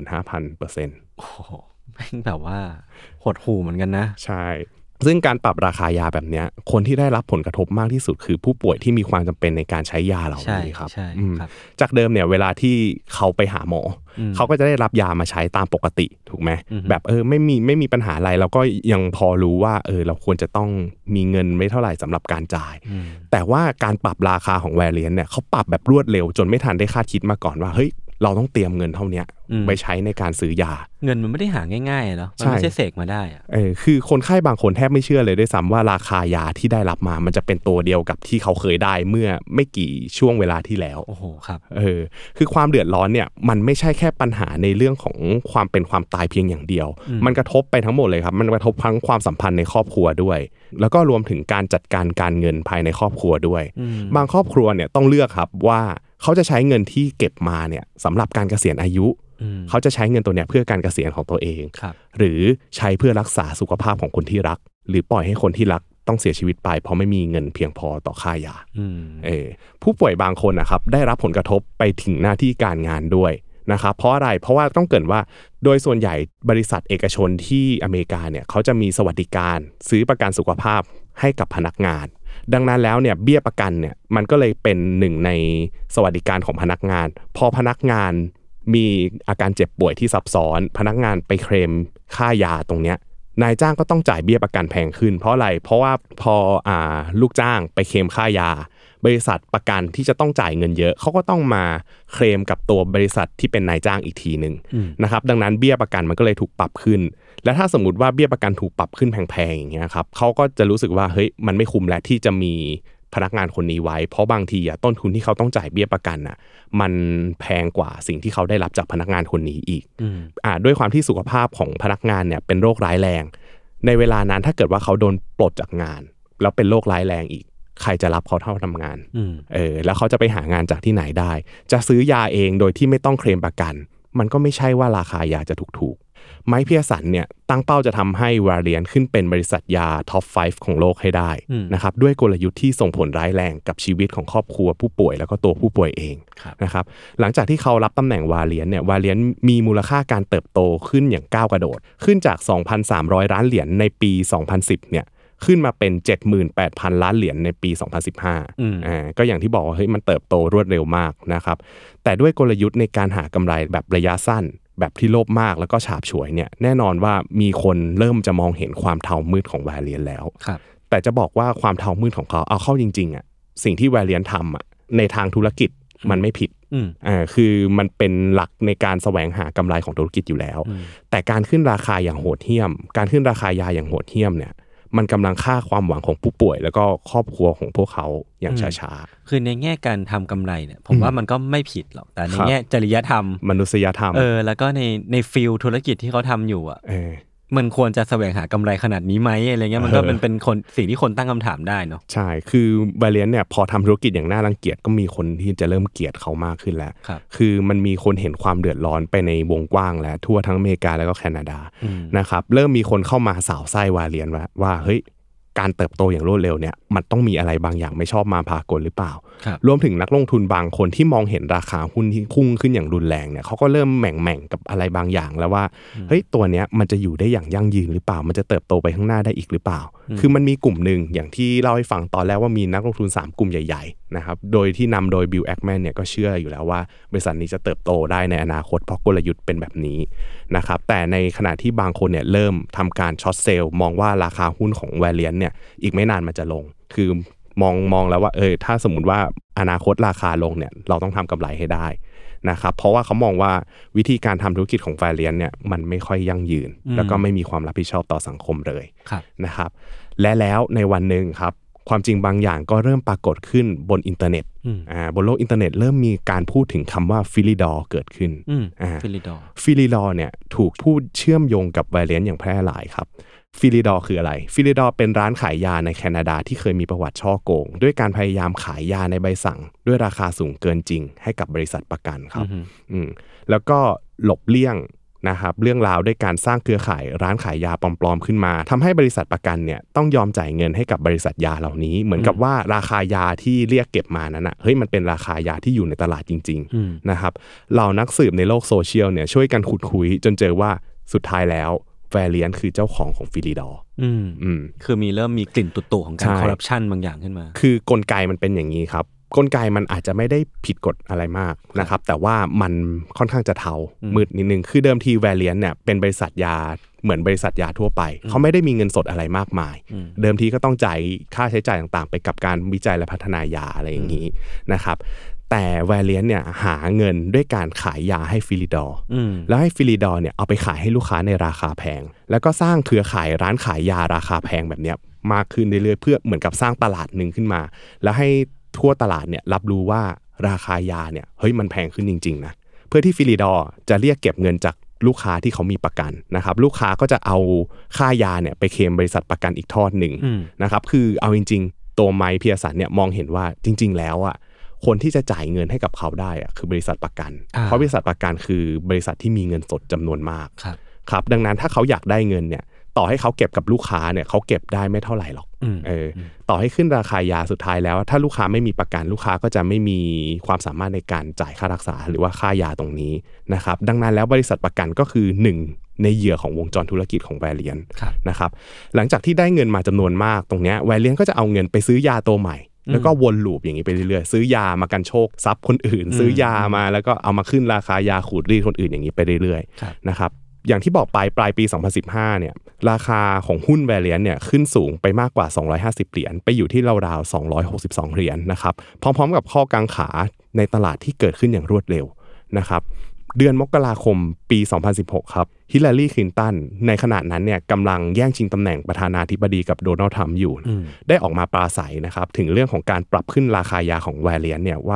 15,000% โอ้โหแม่งแบบว่าหดหู่เหมือนกันนะใช่ซึ่งการปรับราคายาแบบนี้คนที่ได้รับผลกระทบมากที่สุดคือผู้ป่วยที่มีความจำเป็นในการใช้ยาเหล่านี้ครับจากเดิมเนี่ยเวลาที่เขาไปหาหมอเขาก็จะได้รับยามาใช้ตามปกติถูกไหมแบบไม่มีปัญหาอะไรเราก็ยังพอรู้ว่าเราควรจะต้องมีเงินไม่เท่าไหร่สำหรับการจ่ายแต่ว่าการปรับราคาของแวเลียนเนี่ยเขาปรับแบบรวดเร็วจนไม่ทันได้คาดคิดมาก่อนว่าเฮ้ยเราต้องเตรียมเงินเท่านี้ไปใช้ในการซื้อยาเงินมันไม่ได้หาง่ายๆเนาะมันไม่ใช่เสกมาได้คือคนไข้บางคนแทบไม่เชื่อเลยด้วยซ้ำว่าราคายาที่ได้รับมามันจะเป็นตัวเดียวกับที่เขาเคยได้เมื่อไม่กี่ช่วงเวลาที่แล้วโอ้โหครับคือความเดือดร้อนเนี่ยมันไม่ใช่แค่ปัญหาในเรื่องของความเป็นความตายเพียงอย่างเดียวมันกระทบไปทั้งหมดเลยครับมันกระทบทั้งความสัมพันธ์ในครอบครัวด้วยแล้วก็รวมถึงการจัดการการเงินภายในครอบครัวด้วยบางครอบครัวเนี่ยต้องเลือกครับว่าเขาจะใช้เงินที่เก็บมาเนี่ยสำหรับการเกษียณอายุเขาจะใช้เงินตัวเนี้ยเพื่อการเกษียณของตัวเองหรือใช้เพื่อรักษาสุขภาพของคนที่รักหรือปล่อยให้คนที่รักต้องเสียชีวิตไปเพราะไม่มีเงินเพียงพอต่อค่ายาผู้ป่วยบางคนนะครับได้รับผลกระทบไปถึงหน้าที่การงานด้วยนะครับเพราะอะไรเพราะว่าต้องเกริ่นว่าโดยส่วนใหญ่บริษัทเอกชนที่อเมริกาเนี่ยเขาจะมีสวัสดิการซื้อประกันสุขภาพให้กับพนักงานดังนั้นแล้วเนี่ยเบี้ยประกันเนี่ยมันก็เลยเป็นหนึ่งในสวัสดิการของพนักงานพอพนักงานมีอาการเจ็บป่วยที่ซับซ้อนพนักงานไปเคลมค่ายาตรงเนี้ยนายจ้างก็ต้องจ่ายเบี้ยประกันแพงขึ้นเพราะอะไรเพราะว่าพอลูกจ้างไปเคลมค่ายาบริษัทประกันที่จะต้องจ่ายเงินเยอะเขาก็ต้องมาเคลมกับตัวบริษัทที่เป็นนายจ้างอีกทีนึงนะครับดังนั้นเบี้ยประกันมันก็เลยถูกปรับขึ้นและถ้าสมมุติว่าเบี้ยประกันถูกปรับขึ้นแพงๆอย่างเงี้ยครับเขาก็จะรู้สึกว่าเฮ้ยมันไม่คุ้มแล้วที่จะมีพนักงานคนนี้ไว้เพราะบางทีต้นทุนที่เขาต้องจ่ายเบี้ยประกันมันแพงกว่าสิ่งที่เขาได้รับจากพนักงานคนนี้อีกด้วยความที่สุขภาพของพนักงานเนี่ยเป็นโรคร้ายแรงในเวลานั้นถ้าเกิดว่าเขาโดนปลดจากงานแล้วเป็นโรคร้ายแรงอีกใครจะรับเขาเข้าทำงานแล้วเขาจะไปหางานจากที่ไหนได้จะซื้อยาเองโดยที่ไม่ต้องเคลมประกันมันก็ไม่ใช่ว่าราคายาจะถูกไมค์ เพียร์สันเนี่ยตั้งเป้าจะทำให้ Valeant ขึ้นเป็นบริษัทยาท็อป 5 ของโลกให้ได้นะครับด้วยกลยุทธ์ที่ส่งผลร้ายแรงกับชีวิตของครอบครัวผู้ป่วยแล้วก็ตัวผู้ป่วยเองนะครับหลังจากที่เขารับตำแหน่ง Valeant เนี่ย Valeant มีมูลค่าการเติบโตขึ้นอย่างก้าวกระโดดขึ้นจาก 2,300 ล้านเหรียญในปี 2010 เนี่ยขึ้นมาเป็น 78,000 ล้านเหรียญในปี 2015ก็อย่างที่บอกว่าเฮ้ยมันเติบโตรวดเร็วมากนะครับแต่ด้วยกลยุทธ์ในการหากำไรแบบระยะสั้นแบบที่โลภมากแล้วก็ฉาบฉวยเนี่ยแน่นอนว่ามีคนเริ่มจะมองเห็นความเทามืดของ Valeant แล้วแต่จะบอกว่าความเทามืดของเขาเอาเข้าจริงๆอ่ะสิ่งที่ Valeant ทำอ่ะในทางธุรกิจมันไม่ผิดคือมันเป็นหลักในการแสวงหากำไรของธุรกิจอยู่แล้วแต่การขึ้นราคาอย่างโหดเหี้ยมการขึ้นราคายาอย่างโหดเหี้ยมเนี่ยมันกำลังฆ่าความหวังของผู้ป่วยแล้วก็ครอบครัวของพวกเขาอย่างช้าๆคือในแง่การทำกำไรเนี่ยผมว่ามันก็ไม่ผิดหรอกแต่ในแง่จริยธรรมมนุษยธรรมแล้วก็ในฟิลธุรกิจที่เขาทำอยู่อ่ะมันควรจะแสวงหากำไรขนาดนี้ไหมอะไรเงี้ยมันก็เป็นคนสิ่งที่คนตั้งคำถามได้เนาะใช่คือ Valeant เนี่ยพอทำธุรกิจอย่างน่ารังเกียจก็มีคนที่จะเริ่มเกลียดเขามากขึ้นแล้วคือมันมีคนเห็นความเดือดร้อนไปในวงกว้างแล้วทั่วทั้งอเมริกาแล้วก็แคนาดานะครับเริ่มมีคนเข้ามาสาวไส้ Valeant ว่าเฮ้ยการเติบโตอย่างรวดเร็วเนี่ยมันต้องมีอะไรบางอย่างไม่ชอบมาพากลหรือเปล่ารวมถึงนักลงทุนบางคนที่มองเห็นราคาหุ้นที่พุ่งขึ้นอย่างรุนแรงเนี่ยเขาก็เริ่มแหม่งกับอะไรบางอย่างแล้วว่าเฮ้ยตัวเนี้ยมันจะอยู่ได้อย่างยั่งยืนหรือเปล่ามันจะเติบโตไปข้างหน้าได้อีกหรือเปล่าคือมันมีกลุ่มนึงอย่างที่เล่าให้ฟังตอนแรกว่ามีนักลงทุน3กลุ่มใหญ่ๆนะครับโดยที่นำโดยบิล แอคแมนเนี่ยก็เชื่ออยู่แล้วว่าบริษัทนี้จะเติบโตได้ในอนาคตเพราะกลยุทธ์เป็นแบบนี้นะครับแต่ในขณะที่บางคนเนี่ยเริ่มทำการช็อตเซลล์มองว่าราคาหุ้นของ Valeant เนี่ยอีกไม่นานมันจะลงคือมองแล้วว่าถ้าสมมุติว่าอนาคตราคาลงเนี่ยเราต้องทำกำไรให้ได้นะครับเพราะว่าเขามองว่าวิธีการทำธุรกิจของ Valeant เนี่ยมันไม่ค่อยยั่งยืนแล้วก็ไม่มีความรับผิดชอบต่อสังคมเลยนะครับและแล้วในวันนึงครับความจริงบางอย่างก็เริ่มปรากฏขึ้นบนอินเทอร์เน็ตบนโลกอินเทอร์เน็ตเริ่มมีการพูดถึงคำว่าฟิลิดอร์เกิดขึ้นฟิลิดอร์เนี่ยถูกพูดเชื่อมโยงกับ Valeant อย่างแพร่หลายครับฟิลิดอร์คืออะไรฟิลิดอร์เป็นร้านขายยาในแคนาดาที่เคยมีประวัติช่อโกงด้วยการพยายามขายยาในใบสั่งด้วยราคาสูงเกินจริงให้กับบริษัทประกันครับแล้วก็หลบเลี่ยงนะครับเรื่องราวด้วยการสร้างเครือข่ายร้านขายยาปลอมๆขึ้นมาทำให้บริษัทประกันเนี่ยต้องยอมจ่ายเงินให้กับบริษัทยาเหล่านี้เหมือนกับว่าราคายาที่เรียกเก็บมานั้นเฮ้ยมันเป็นราคายาที่อยู่ในตลาดจริงๆนะครับเหล่านักสืบในโลกโซเชียลเนี่ยช่วยกันขุดคุยจนเจอว่าสุดท้ายแล้วValeant คือเจ้าของฟิลิดอร์คือเริ่มมีกลิ่นตุ่ๆของการคอร์รัปชันบางอย่างขึ้นมาคือกลไกมันเป็นอย่างนี้ครับกลไกมันอาจจะไม่ได้ผิดกฎอะไรมากนะครับแต่ว่ามันค่อนข้างจะเทามืดนิดนึงคือเดิมที Valeant เนี่ยเป็นบริษัทยาเหมือนบริษัทยาทั่วไปเขาไม่ได้มีเงินสดอะไรมากมายเดิมทีก็ต้องจ่ายค่าใช้จ่ายต่างๆไปกับการวิจัยและพัฒนายาอะไรอย่างนี้นะครับแต่ Valeant เนี่ยหาเงินด้วยการขายยาให้ฟิลิดอร์แล้วให้ฟิลิดอร์เนี่ยเอาไปขายให้ลูกค้าในราคาแพงแล้วก็สร้างเครือข่ายร้านขายยาราคาแพงแบบเนี้ยมากขึ้นเรื่อยๆเพื่อเหมือนกับสร้างตลาดนึงขึ้นมาแล้วให้ทั่วตลาดเนี่ยรับรู้ว่าราคายาเนี่ยเฮ้ยมันแพงขึ้นจริงๆนะเพื่อที่ฟิลิดอร์จะเรียกเก็บเงินจากลูกค้าที่เขามีประกันนะครับลูกค้าก็จะเอาค่ายาเนี่ยไปเคลมบริษัทประกันอีกทอดนึงนะครับคือเอาจริงๆตัวไมค์ เพียร์สันเนี่ยมองเห็นว่าจริงๆแล้วคนที่จะจ่ายเงินให้กับเขาได้คือบริษัทประกันเพราะบริษัทประกันคือบริษัทที่มีเงินสดจำนวนมากครับดังนั้นถ้าเขาอยากได้เงินเนี่ยต่อให้เขาเก็บกับลูกค้าเนี่ยเขาเก็บได้ไม่เท่าไหร่หรอกต่อให้ขึ้นราคายาสุดท้ายแล้วถ้าลูกค้าไม่มีประกันลูกค้าก็จะไม่มีความสามารถในการจ่ายค่ารักษาหรือว่าค่ายาตรงนี้นะครับดังนั้นแล้วบริษัทประกันก็คือ1ในเหยื่อของวงจรธุรกิจของ Valeant นะครับหลังจากที่ได้เงินมาจำนวนมากตรงเนี้ย Valeant ก็จะเอาเงินไปซื้อยาตัวใหม่แล้วก็วนลูปอย่างนี้ไปเรื่อยๆซื้อยามากันโชคทรัพย์คนอื่นซื้อยามาแล้วก็เอามาขึ้นราคายาขูดรีดคนอื่นอย่างนี้ไปเรื่อยๆนะครับอย่างที่บอกไปปลายปี2015เนี่ยราคาของหุ้น Valeant เนี่ยขึ้นสูงไปมากกว่า250เหรียญไปอยู่ที่ราวๆ262เหรียญนะครับพร้อมๆกับข้อกังขาในตลาดที่เกิดขึ้นอย่างรวดเร็วนะครับเดือนมกราคมปี2016ครับฮิลลารีคลินตันในขณะนั้นเนี่ยกำลังแย่งชิงตำแหน่งประธานาธิบดีกับโดนัลด์ทรัมป์อยู่ได้ออกมาปราศัยนะครับถึงเรื่องของการปรับขึ้นราคายาของ Valeant เนี่ยว่า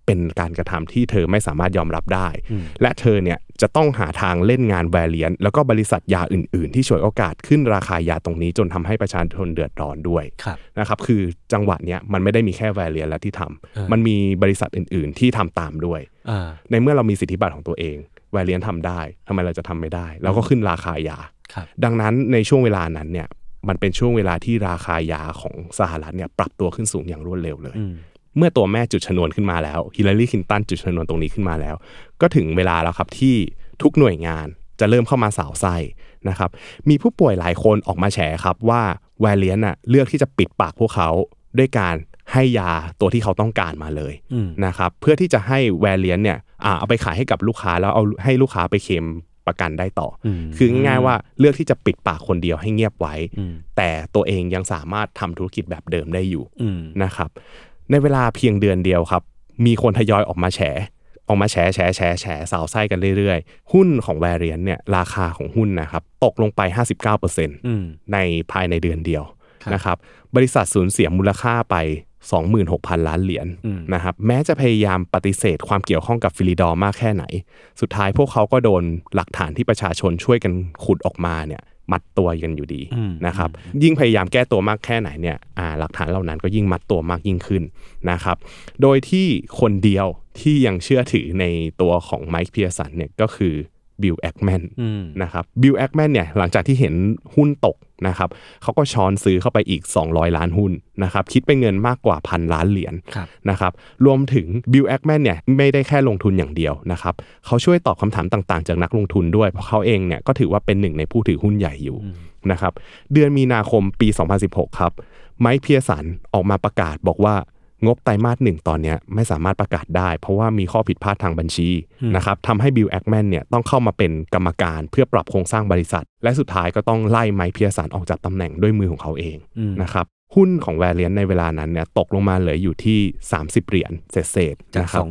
เป็นการกระทำที่เธอไม่สามารถยอมรับได้และเธอเนี่ยจะต้องหาทางเล่นงานแวร์เลียนแล้วก็บริษัทยาอื่นๆที่ฉวยโอกาสขึ้นราคายาตรงนี้จนทำให้ประชาชนเดือดร้อนด้วยนะครับคือจังหวะเนี้ยมันไม่ได้มีแค่แวร์เลียนแล้วที่ทำมันมีบริษัทอื่นๆที่ทำตามด้วยในเมื่อเรามีสิทธิบัตรของตัวเองแวร์เลียนทำได้ทำไมเราจะทำไม่ได้แล้วก็ขึ้นราคายาดังนั้นในช่วงเวลานั้นเนี่ยมันเป็นช่วงเวลาที่ราคายาของสหรัฐเนี่ยปรับตัวขึ้นสูงอย่างรวดเร็วเลยเมื่อตัวแม่จุดชนวนขึ้นมาแล้วฮิลลารีคลินตันจุดชนวนตรงนี้ขึ้นมาแล้วก็ถึงเวลาแล้วครับที่ทุกหน่วยงานจะเริ่มเข้ามาสาวไส้นะครับมีผู้ป่วยหลายคนออกมาแฉครับว่าแวร์เลียนน่ะเลือกที่จะปิดปากพวกเขาด้วยการให้ยาตัวที่เขาต้องการมาเลยนะครับเพื่อที่จะให้แวร์เลียนเนี่ยเอาไปขายให้กับลูกค้าแล้วเอาให้ลูกค้าไปเคลมประกันได้ต่อคือง่ายๆว่าเลือกที่จะปิดปากคนเดียวให้เงียบไว้แต่ตัวเองยังสามารถทำธุรกิจแบบเดิมได้อยู่นะครับในเวลาเพียงเดือนเดียวครับมีคนทยอยออกมาแฉสาวไส้กันเรื่อยๆหุ้นของแวร์เลียนเนี่ยราคาของหุ้นนะครับตกลงไป 59% ในภายในเดือนเดียวนะครับบริษัทสูญเสียมูลค่าไป 26,000 ล้านเหรียญนะครับแม้จะพยายามปฏิเสธความเกี่ยวข้องกับฟิลิดอร์มากแค่ไหนสุดท้ายพวกเขาก็โดนหลักฐานที่ประชาชนช่วยกันขุดออกมาเนี่ยมัดตัวกันอยู่ดีนะครับยิ่งพยายามแก้ตัวมากแค่ไหนเนี่ยหลักฐานเหล่านั้นก็ยิ่งมัดตัวมากยิ่งขึ้นนะครับโดยที่คนเดียวที่ยังเชื่อถือในตัวของไมค์เพียร์สันเนี่ยก็คือบิลแอคแมนนะครับบิลแอคแมนเนี่ยหลังจากที่เห็นหุ้นตกนะครับเขาก็ช้อนซื้อเข้าไปอีก200ล้านหุ้นนะครับคิดเป็นเงินมากกว่า 1,000 ล้านเหรียญนะครับรวมถึงบิลแอคแมนเนี่ยไม่ได้แค่ลงทุนอย่างเดียวนะครับเขาช่วยตอบคำถามต่างๆจากนักลงทุนด้วยเพราะเขาเองเนี่ยก็ถือว่าเป็นหนึ่งในผู้ถือหุ้นใหญ่อยู่นะครับเดือนมีนาคมปี2016ครับไมค์เพียร์สันออกมาประกาศบอกว่างบไตรมาส 1ตอนนี้ไม่สามารถประกาศได้เพราะว่ามีข้อผิดพลาดทางบัญชีนะครับทำให้บิลแอคแมนเนี่ยต้องเข้ามาเป็นกรรมการเพื่อปรับโครงสร้างบริษัทและสุดท้ายก็ต้องไล่ไมค์เพียร์สันออกจากตำแหน่งด้วยมือของเขาเองนะครับหุ้นของแวร์เลียนในเวลานั้นเนี่ยตกลงมาเหลืออยู่ที่30เหรียญเศษๆจาก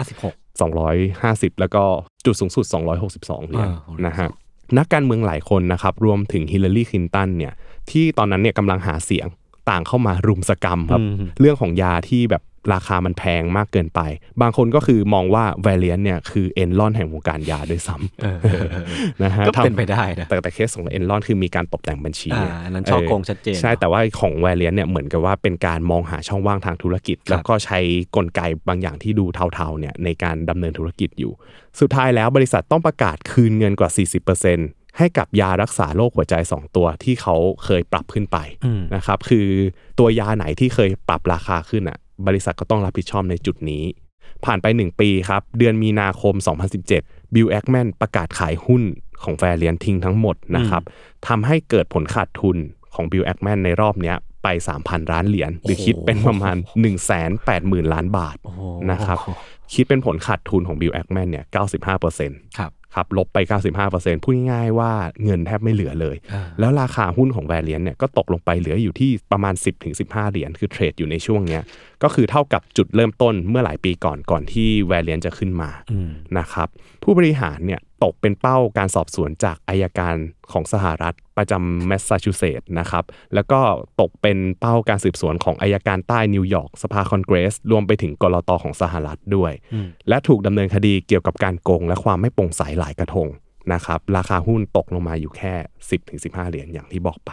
250 แล้วก็จุดสูงสุด262เหรียญนะฮะนักการเมืองหลายคนนะครับรวมถึงฮิลลารีคลินตันเนี่ยที่ตอนนั้นเนี่ยกำลังหาเสียงต่างเข้ามารุมสกรรมครับเรื่องของยาที่แบบราคามันแพงมากเกินไปบางคนก็คือมองว่าแวร์เลียนเนี่ยคือเอ็นลอนแห่งวงการยาด้วยซ้ำนะฮะก็เป็นไปได้นะแต่เคสของเอ็นลอนคือมีการตกแต่งบัญชีอันนั้นช่อโกงชัดเจนใช่แต่ว่าของแวร์เลียนเนี่ยเหมือนกับว่าเป็นการมองหาช่องว่างทางธุรกิจแล้วก็ใช้กลไกบางอย่างที่ดูเทาๆเนี่ยในการดำเนินธุรกิจอยู่สุดท้ายแล้วบริษัทต้องประกาศคืนเงินกว่า 40%ให้กับยารักษาโรคหัวใจ2ตัวที่เขาเคยปรับขึ้นไปนะครับคือตัวยาไหนที่เคยปรับราคาขึ้นอ่ะบริษัทก็ต้องรับผิดชอบในจุดนี้ผ่านไป1ปีครับเดือนมีนาคม2017บิลแอคแมนประกาศขายหุ้นของแวร์เลียนทิ้งทั้งหมดนะครับทำให้เกิดผลขาดทุนของบิลแอคแมนในรอบนี้ไป 3,000 ล้านเหรียญหรือคิดเป็นประมาณ 180,000 ล้านบาทนะครับคิดเป็นผลขาดทุนของบิลแอคแมนเนี่ย 95% ครับลบไป 95% พูดง่ายๆว่าเงินแทบไม่เหลือเลยแล้วราคาหุ้นของแวร์เลียนเนี่ยก็ตกลงไปเหลืออยู่ที่ประมาณ 10-15 เหรียญคือเทรดอยู่ในช่วงเนี้ยก็คือเท่ากับจุดเริ่มต้นเมื่อหลายปีก่อนที่แวร์เลียนจะขึ้นมานะครับผู้บริหารเนี่ยตกเป็นเป้าการสอบสวนจากอัยการของสหรัฐประจำแมสซาชูเซตส์นะครับแล้วก็ตกเป็นเป้าการสืบสวนของอัยการใต้นิวยอร์กสภาคอนเกรสรวมไปถึงกลต.ของสหรัฐด้วยและถูกดำเนินคดีเกี่ยวกับการโกงและความไม่โปร่งใสหลายกระทงนะครับราคาหุ้นตกลงมาอยู่แค่ 10-15 เหรียญอย่างที่บอกไป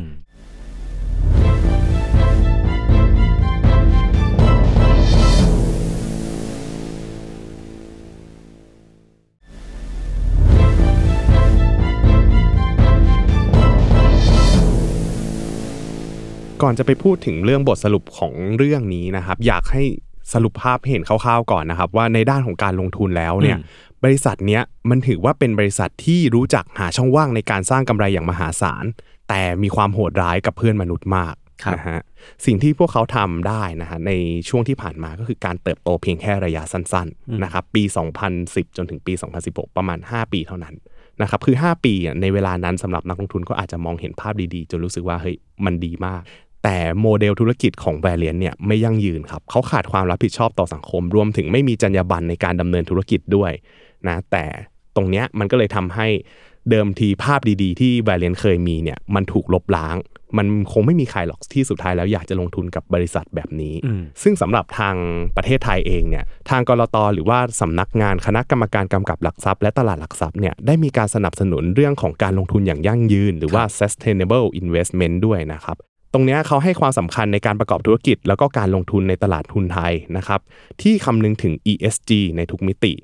ก่อนจะไปพูดถึงเรื่องบทสรุปของเรื่องนี้นะครับอยากให้สรุปภาพให้เห็นคร่าวๆก่อนนะครับว่าในด้านของการลงทุนแล้วเนี่ยบริษัทเนี้ยมันถือว่าเป็นบริษัทที่รู้จักหาช่องว่างในการสร้างกำไรอย่างมหาศาลแต่มีความโหดร้ายกับเพื่อนมนุษย์มากนะฮะสิ่งที่พวกเขาทำได้นะฮะในช่วงที่ผ่านมาก็คือการเติบโตเพียงแค่ระยะสั้นๆนะครับปี2010จนถึงปี2016ประมาณ5ปีเท่านั้นนะครับคือ5ปีในเวลานั้นสำหรับนักลงทุนก็อาจจะมองเห็นภาพดีๆจนรู้สึกว่าเฮ้ยมันดีมากแต่โมเดลธุรกิจของแวร์เลียนเนี่ยไม่ยั่งยืนครับเขาขาดความรับผิดชอบต่อสังคมรวมถึงไม่มีจรรยาบรรณในการดำเนินธุรกิจด้วยนะแต่ตรงเนี้ยมันก็เลยทำให้เดิมทีภาพดีๆที่แวร์เลียนเคยมีเนี่ยมันถูกลบล้างมันคงไม่มีใครหรอกที่สุดท้ายแล้วอยากจะลงทุนกับบริษัทแบบนี้ซึ่งสำหรับทางประเทศไทยเองเนี่ยทางกลต.หรือว่าสำนักงานคณะกรรมการกำกับหลักทรัพย์และตลาดหลักทรัพย์เนี่ยได้มีการสนับสนุนเรื่องของการลงทุนอย่างยั่งยืนหรือว่า sustainable investment ด้วยนะครับตรงนี้เขาให้ความสำคัญในการประกอบธุรกิจแล้วก็การลงทุนในตลาดทุนไทยนะครับที่คำนึงถึง ESG ในทุกมิติ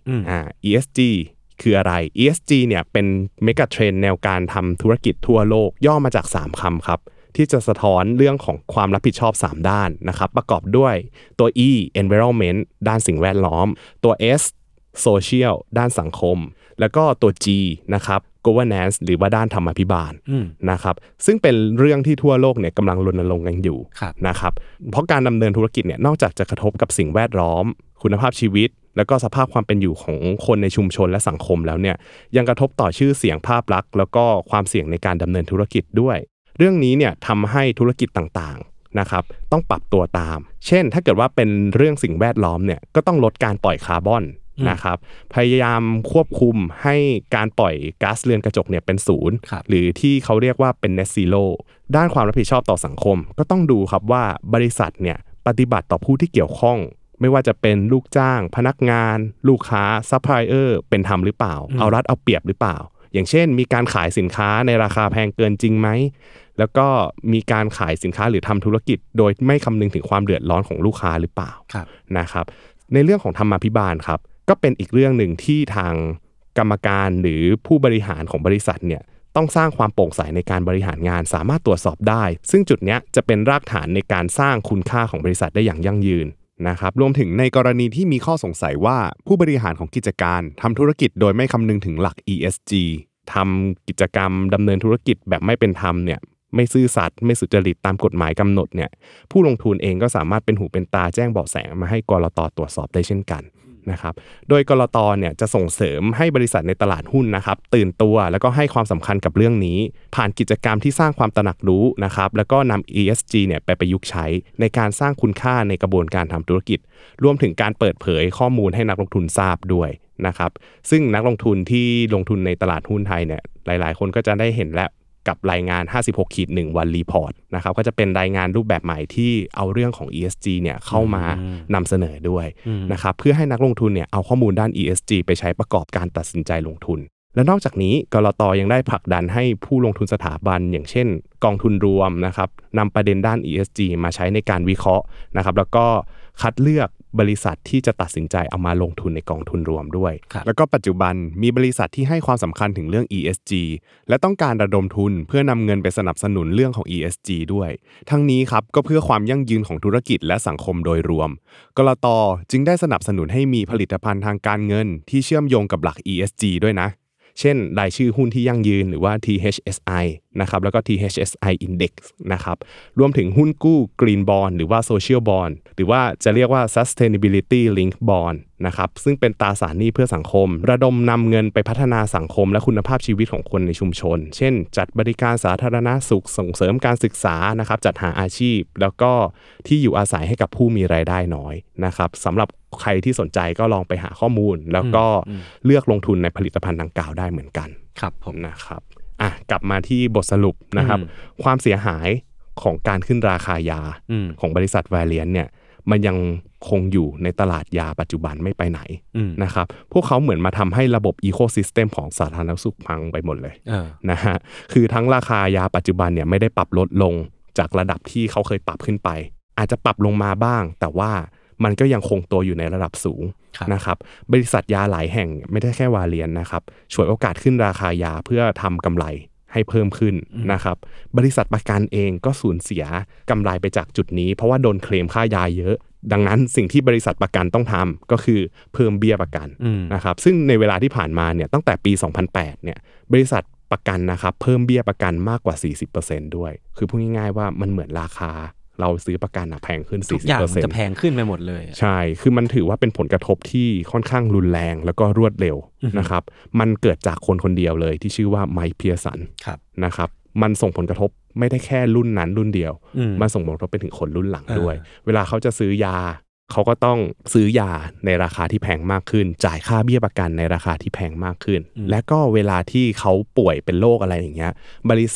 ESG คืออะไร ESG เนี่ยเป็นเมกะเทรนด์แนวการทำธุรกิจทั่วโลกย่อมาจาก3คำครับที่จะสะท้อนเรื่องของความรับผิดชอบ3ด้านนะครับประกอบด้วยตัว E environment ด้านสิ่งแวดล้อมตัว S social ด้านสังคมแล้วก็ตัว G นะครับ governance หรือว่าด้านธรรมาภิบาลนะครับซึ่งเป็นเรื่องที่ทั่วโลกเนี่ยกำลังรณรงค์กันอยู่นะครับเพราะการดำเนินธุรกิจเนี่ยนอกจากจะกระทบกับสิ่งแวดล้อมคุณภาพชีวิตแล้วก็สภาพความเป็นอยู่ของคนในชุมชนและสังคมแล้วเนี่ยยังกระทบต่อชื่อเสียงภาพลักษณ์แล้วก็ความเสี่ยงในการดำเนินธุรกิจด้วยเรื่องนี้เนี่ยทำให้ธุรกิจต่างๆนะครับต้องปรับตัวตามเช่นถ้าเกิดว่าเป็นเรื่องสิ่งแวดล้อมเนี่ยก็ต้องลดการปล่อยคาร์บอนนะครับพยายามควบคุมให้การปล่อยก๊าซเรือนกระจกเนี่ยเป็นศูนย์หรือที่เขาเรียกว่าเป็น net zero ด้านความรับผิดชอบต่อสังคมก็ต้องดูครับว่าบริษัทเนี่ยปฏิบัติต่อผู้ที่เกี่ยวข้องไม่ว่าจะเป็นลูกจ้างพนักงานลูกค้าซัพพลายเออร์เป็นธรรมหรือเปล่าเอารัดเอาเปรียบหรือเปล่าอย่างเช่นมีการขายสินค้าในราคาแพงเกินจริงไหมแล้วก็มีการขายสินค้าหรือทำธุรกิจโดยไม่คำนึงถึงความเดือดร้อนของลูกค้าหรือเปล่านะครับในเรื่องของธรรมาภิบาลครับก็เป็นอีกเรื่องหนึ่งที่ทางกรรมการหรือผู้บริหารของบริษัทเนี่ยต้องสร้างความโปร่งใสในการบริหารงานสามารถตรวจสอบได้ซึ่งจุดนี้จะเป็นรากฐานในการสร้างคุณค่าของบริษัทได้อย่างยั่งยืนนะครับรวมถึงในกรณีที่มีข้อสงสัยว่าผู้บริหารของกิจการทำธุรกิจโดยไม่คำนึงถึงหลัก ESG ทำกิจกรรมดำเนินธุรกิจแบบไม่เป็นธรรมเนี่ยไม่ซื่อสัตย์ไม่สุจริตตามกฎหมายกำหนดเนี่ยผู้ลงทุนเองก็สามารถเป็นหูเป็นตาแจ้งเบาะแสมาให้กลต.ตรวจสอบได้เช่นกันนะครับโดยกลต.เนี่ยจะส่งเสริมให้บริษัทในตลาดหุ้นนะครับตื่นตัวแล้วก็ให้ความสำคัญกับเรื่องนี้ผ่านกิจกรรมที่สร้างความตระหนักรู้นะครับแล้วก็นำ ESG เนี่ยไปประยุกต์ใช้ในการสร้างคุณค่าในกระบวนการทำธุรกิจรวมถึงการเปิดเผยข้อมูลให้นักลงทุนทราบด้วยนะครับซึ่งนักลงทุนที่ลงทุนในตลาดหุ้นไทยเนี่ยหลายๆคนก็จะได้เห็นและกับรายงาน 56-1 วันรีพอร์ตนะครับก็จะเป็นรายงานรูปแบบใหม่ที่เอาเรื่องของ ESG เนี่ยเข้ามานำเสนอด้วยนะครับเพื่อให้นักลงทุนเนี่ยเอาข้อมูลด้าน ESG ไปใช้ประกอบการตัดสินใจลงทุนและนอกจากนี้กลต.ยังได้ผลักดันให้ผู้ลงทุนสถาบันอย่างเช่นกองทุนรวมนะครับนำประเด็นด้าน ESG มาใช้ในการวิเคราะห์นะครับแล้วก็คัดเลือกบริษัทที่จะตัดสินใจเอามาลงทุนในกองทุนรวมด้วยแล้วก็ปัจจุบันมีบริษัทที่ให้ความสำคัญถึงเรื่อง ESG และต้องการระดมทุนเพื่อนำเงินไปสนับสนุนเรื่องของ ESG ด้วยทั้งนี้ครับก็เพื่อความยั่งยืนของธุรกิจและสังคมโดยรวมกลต.จึงได้สนับสนุนให้มีผลิตภัณฑ์ทางการเงินที่เชื่อมโยงกับหลัก ESG ด้วยนะเช่นรายชื่อหุ้นที่ยั่งยืนหรือว่า THSI นะครับแล้วก็ THSI Index นะครับรวมถึงหุ้นกู้ Green Bond หรือว่า Social Bond หรือว่าจะเรียกว่า Sustainability Linked Bond นะครับซึ่งเป็นตราสารหนี้เพื่อสังคมระดมนำเงินไปพัฒนาสังคมและคุณภาพชีวิตของคนในชุมชนเช่นจัดบริการสาธารณสุขส่งเสริมการศึกษานะครับจัดหาอาชีพแล้วก็ที่อยู่อาศัยให้กับผู้มีรายได้น้อยนะครับสำหรับใครที่สนใจก็ลองไปหาข้อมูลแล้วก็เลือกลงทุนในผลิตภัณฑ์ดังกล่าวได้เหมือนกันครับผมนะครับกลับมาที่บทสรุปนะครับความเสียหายของการขึ้นราคายาของบริษัท Valeant เนี่ยมันยังคงอยู่ในตลาดยาปัจจุบันไม่ไปไหนนะครับพวกเขาเหมือนมาทำให้ระบบอีโคซิสเต็มของสาธารณสุขพังไปหมดเลยนะฮะคือทั้งราคายาปัจจุบันเนี่ยไม่ได้ปรับลดลงจากระดับที่เขาเคยปรับขึ้นไปอาจจะปรับลงมาบ้างแต่ว่ามันก็ยังคงตัวอยู่ในระดับสูงนะครับบริษัทยาหลายแห่งไม่ได้แค่Valeantนะครับฉวยโอกาสขึ้นราคายาเพื่อทำกำไรให้เพิ่มขึ้นนะครับบริษัทประกันเองก็สูญเสียกำไรไปจากจุดนี้เพราะว่าโดนเคลมค่ายาเยอะดังนั้นสิ่งที่บริษัทประกันต้องทำก็คือเพิ่มเบี้ยประกันนะครับซึ่งในเวลาที่ผ่านมาเนี่ยตั้งแต่ปี 2008 เนี่ยบริษัทประกันนะครับเพิ่มเบี้ยประกันมากกว่า 40% ด้วยคือพูดง่ายๆว่ามันเหมือนราคาเราซื้อประกันแพงขึ้น 40% ทุกอย่างมันจะแพงขึ้นไปหมดเลยใช่คือมันถือว่าเป็นผลกระทบที่ค่อนข้างรุนแรงแล้วก็รวดเร็วนะครับมันเกิดจากคนคนเดียวเลยที่ชื่อว่าไมค์เพียร์สันนะครับมันส่งผลกระทบไม่ได้แค่รุ่นนั้นรุ่นเดียวมันส่งผลกระทบไปถึงคนรุ่นหลังด้วยเวลาเขาจะซื้อยาเขาก็ต้องซื้อยาในราคาที่แพงมากขึ้นจ่ายค่าเบี้ยประกันในราคาที่แพงมากขึ้นและก็เวลาที่เขาป่วยเป็นโรคอะไรอย่างเงี้ยบริษัท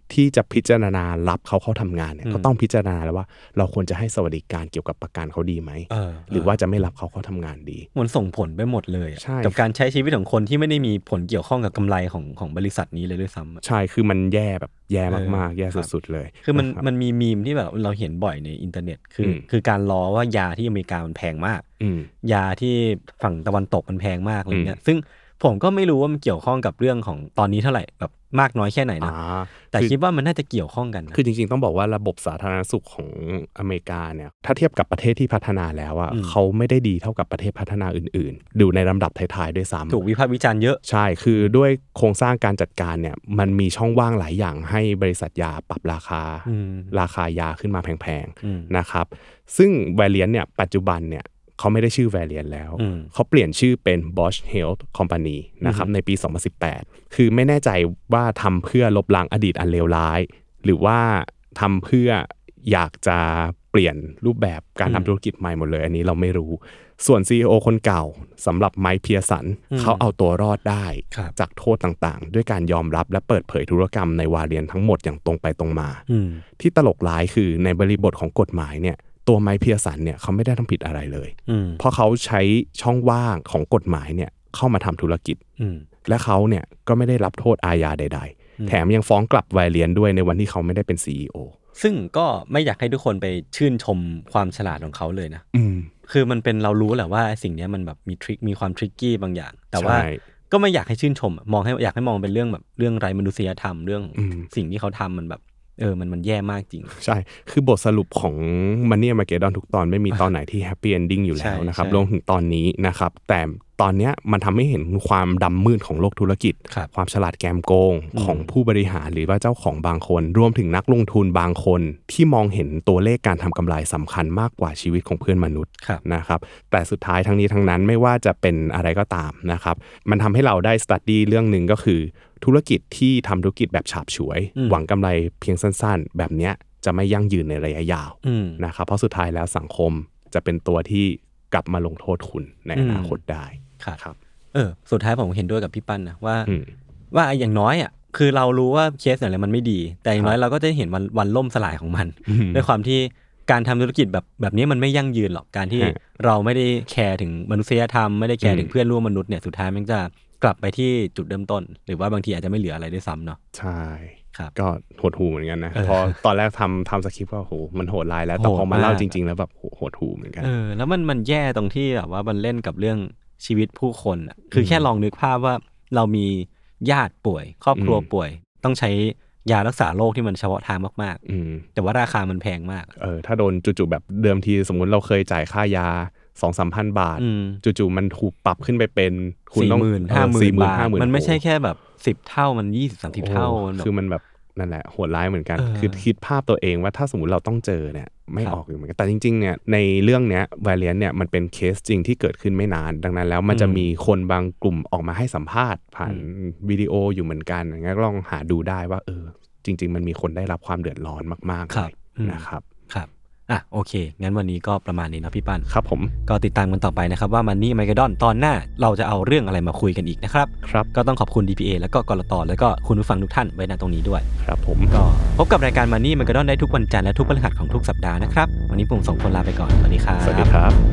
ที่จะพิจารณารับเขาเข้าทำงานเนี่ยก็ต้องพิจารณาแล้วว่าเราควรจะให้สวัสดิการเกี่ยวกับประกันเขาดีไหมหรือว่าจะไม่รับเขาเข้าทำงานดีมันส่งผลไปหมดเลยกับการใช้ชีวิตของคนที่ไม่ได้มีผลเกี่ยวข้องกับกำไรของบริษัทนี้เลยด้วยซ้ำใช่คือมันแย่แบบแย่มากๆแย่สุดๆเลยคือมันมีมีมที่แบบเราเห็นบ่อยในอินเทอร์เน็ตคือการล้อว่ายาที่อเมริกามันแพงมากยาที่ฝั่งตะวันตกมันแพงมากอะไรเงี้ยซึ่งผมก็ไม่รู้ว่ามันเกี่ยวข้องกับเรื่องของตอนนี้เท่าไหร่แบบมากน้อยแค่ไหนนะแต่คิดว่ามันน่าจะเกี่ยวข้องกันนะคือจริงๆต้องบอกว่าระบบสาธารณสุขของอเมริกาเนี่ยถ้าเทียบกับประเทศที่พัฒนาแล้วอ่ะเขาไม่ได้ดีเท่ากับประเทศพัฒนาอื่นๆดูในลำดับท้ายๆด้วยซ้ำถูกวิพากษ์วิจารณ์เยอะใช่คือด้วยโครงสร้างการจัดการเนี่ยมันมีช่องว่างหลายอย่างให้บริษัทยาปรับราคายาขึ้นมาแพงๆนะครับซึ่ง Valeant เนี่ยปัจจุบันเนี่ยเขาไม่ได้ชื่อ Valeant แล้วเขาเปลี่ยนชื่อเป็น Bausch Health Company นะครับในปี 2018 คือไม่แน่ใจว่าทำเพื่อลบล้างอดีตอันเลวร้ายหรือว่าทำเพื่ออยากจะเปลี่ยนรูปแบบการทำธุรกิจใหม่หมดเลยอันนี้เราไม่รู้ส่วน CEO คนเก่าสำหรับไมค์เพียร์สันเขาเอาตัวรอดได้จากโทษต่างๆด้วยการยอมรับและเปิดเผยธุรกรรมในวาเลียนทั้งหมดอย่างตรงไปตรงมาที่ตลกร้ายคือในบริบทของกฎหมายเนี่ยตัวไมค์เพียร์สันเนี่ยเขาไม่ได้ทำผิดอะไรเลยเพราะเขาใช้ช่องว่างของกฎหมายเนี่ยเข้ามาทำธุรกิจและเขาเนี่ยก็ไม่ได้รับโทษอาญาใดๆแถมยังฟ้องกลับไวเลียนด้วยในวันที่เขาไม่ได้เป็น CEO ซึ่งก็ไม่อยากให้ทุกคนไปชื่นชมความฉลาดของเขาเลยนะคือมันเป็นเรารู้แหละว่าสิ่งนี้มันแบบมีทริคมีความทริกกี้บางอย่างแต่ว่าก็ไม่อยากให้ชื่นชมมองให้อยากให้มองเป็นเรื่องแบบเรื่องไร้มนุษยธรรมเรื่องสิ่งที่เขาทำมันแบบมันแย่มากจริงใช่คือบทสรุปของ Money Armageddon ทุกตอนไม่มีตอนไหนที่แฮปปี้เอนดิ้งอยู่แล้วนะครับรวมถึงตอนนี้นะครับแต่ตอนนี้มันทำให้เห็นความดำมืดของโลกธุรกิจความฉลาดแกมโกงของผู้บริหารหรือว่าเจ้าของบางคนรวมถึงนักลงทุนบางคนที่มองเห็นตัวเลขการทำกำไรสำคัญมากกว่าชีวิตของเพื่อนมนุษย์นะครับแต่สุดท้ายทั้งนี้ทั้งนั้นไม่ว่าจะเป็นอะไรก็ตามนะครับมันทำให้เราได้สตั๊ดดี้เรื่องนึงก็คือธุรกิจที่ทำธุรกิจแบบฉาบฉวยหวังกำไรเพียงสั้นๆแบบนี้จะไม่ยั่งยืนในระยะยาวนะครับเพราะสุดท้ายแล้วสังคมจะเป็นตัวที่กลับมาลงโทษคุณในอนาคตได้ครับสุดท้ายผมเห็นด้วยกับพี่ปั้นนะว่าอย่างน้อยอ่ะคือเรารู้ว่าเคสอะไรมันไม่ดีแต่อย่างน้อยเราก็จะเห็นวันล่มสลายของมันด้วยความที่การทำธุรกิจแบบนี้มันไม่ยั่งยืนหรอกการที่เราไม่ได้แคร์ถึงมนุษยธรรมไม่ได้แคร์ถึงเพื่อนร่วมมนุษย์เนี่ยสุดท้ายมันจะกลับไปที่จุดเริ่มต้นหรือว่าบางทีอาจจะไม่เหลืออะไรด้วยซ้ำเนาะใช่ก็โหดหูเหมือนกันนะพอตอนแรกทำสคริปต์ก็โหมันโหดร้ายแล้วแต่พอมาเล่าจริงๆแล้วแบบโหดหูเหมือนกันแล้วมันแย่ตรงที่แบบว่ามันเล่นกับเรื่องชีวิตผู้คนอ่ะคือแค่ลองนึกภาพว่าเรามีญาติป่วยครอบครัวป่วยต้องใช้ยารักษาโรคที่มันเฉพาะทางมากๆแต่ว่าราคามันแพงมากถ้าโดนจู่ๆแบบเดิมทีสมมุติเราเคยจ่ายค่ายา 2-3,000 บาทจู่ๆมันถูกปรับขึ้นไปเป็นคุณต้อง 40,000 บาทมันไม่ใช่แค่แบบ10 เท่ามัน 20-30 เท่าคือมันแบบนั่นแหละโหดร้ายเหมือนกันคือคิดภาพตัวเองว่าถ้าสมมุติเราต้องเจอเนี่ยไม่ออกอยู่เหมือนกันแต่จริงๆเนี่ยในเรื่องเนี้ย Valeant เนี่ยมันเป็นเคสจริงที่เกิดขึ้นไม่นานดังนั้นแล้วมันจะมีคนบางกลุ่มออกมาให้สัมภาษณ์ผ่านวิดีโออยู่เหมือนกันงั้นลองหาดูได้ว่าจริงๆมันมีคนได้รับความเดือดร้อนมากๆเลยนะครับโอเคงั้นวันนี้ก็ประมาณนี้นะพี่ปั้นครับผมก็ติดตามกันต่อไปนะครับว่า Money Armageddon ตอนหน้าเราจะเอาเรื่องอะไรมาคุยกันอีกนะครับก็ต้องขอบคุณ DPA แล้วก็กลต.แล้วก็คุณผู้ฟังทุกท่านไว้ณตรงนี้ด้วยครับผมก็พบกับรายการ Money Armageddon ได้ทุกวันจันทร์และทุกพฤหัสของทุกสัปดาห์นะครับวันนี้ผม2 คนลาไปก่อนสวัสดีครับสวัสดีครับ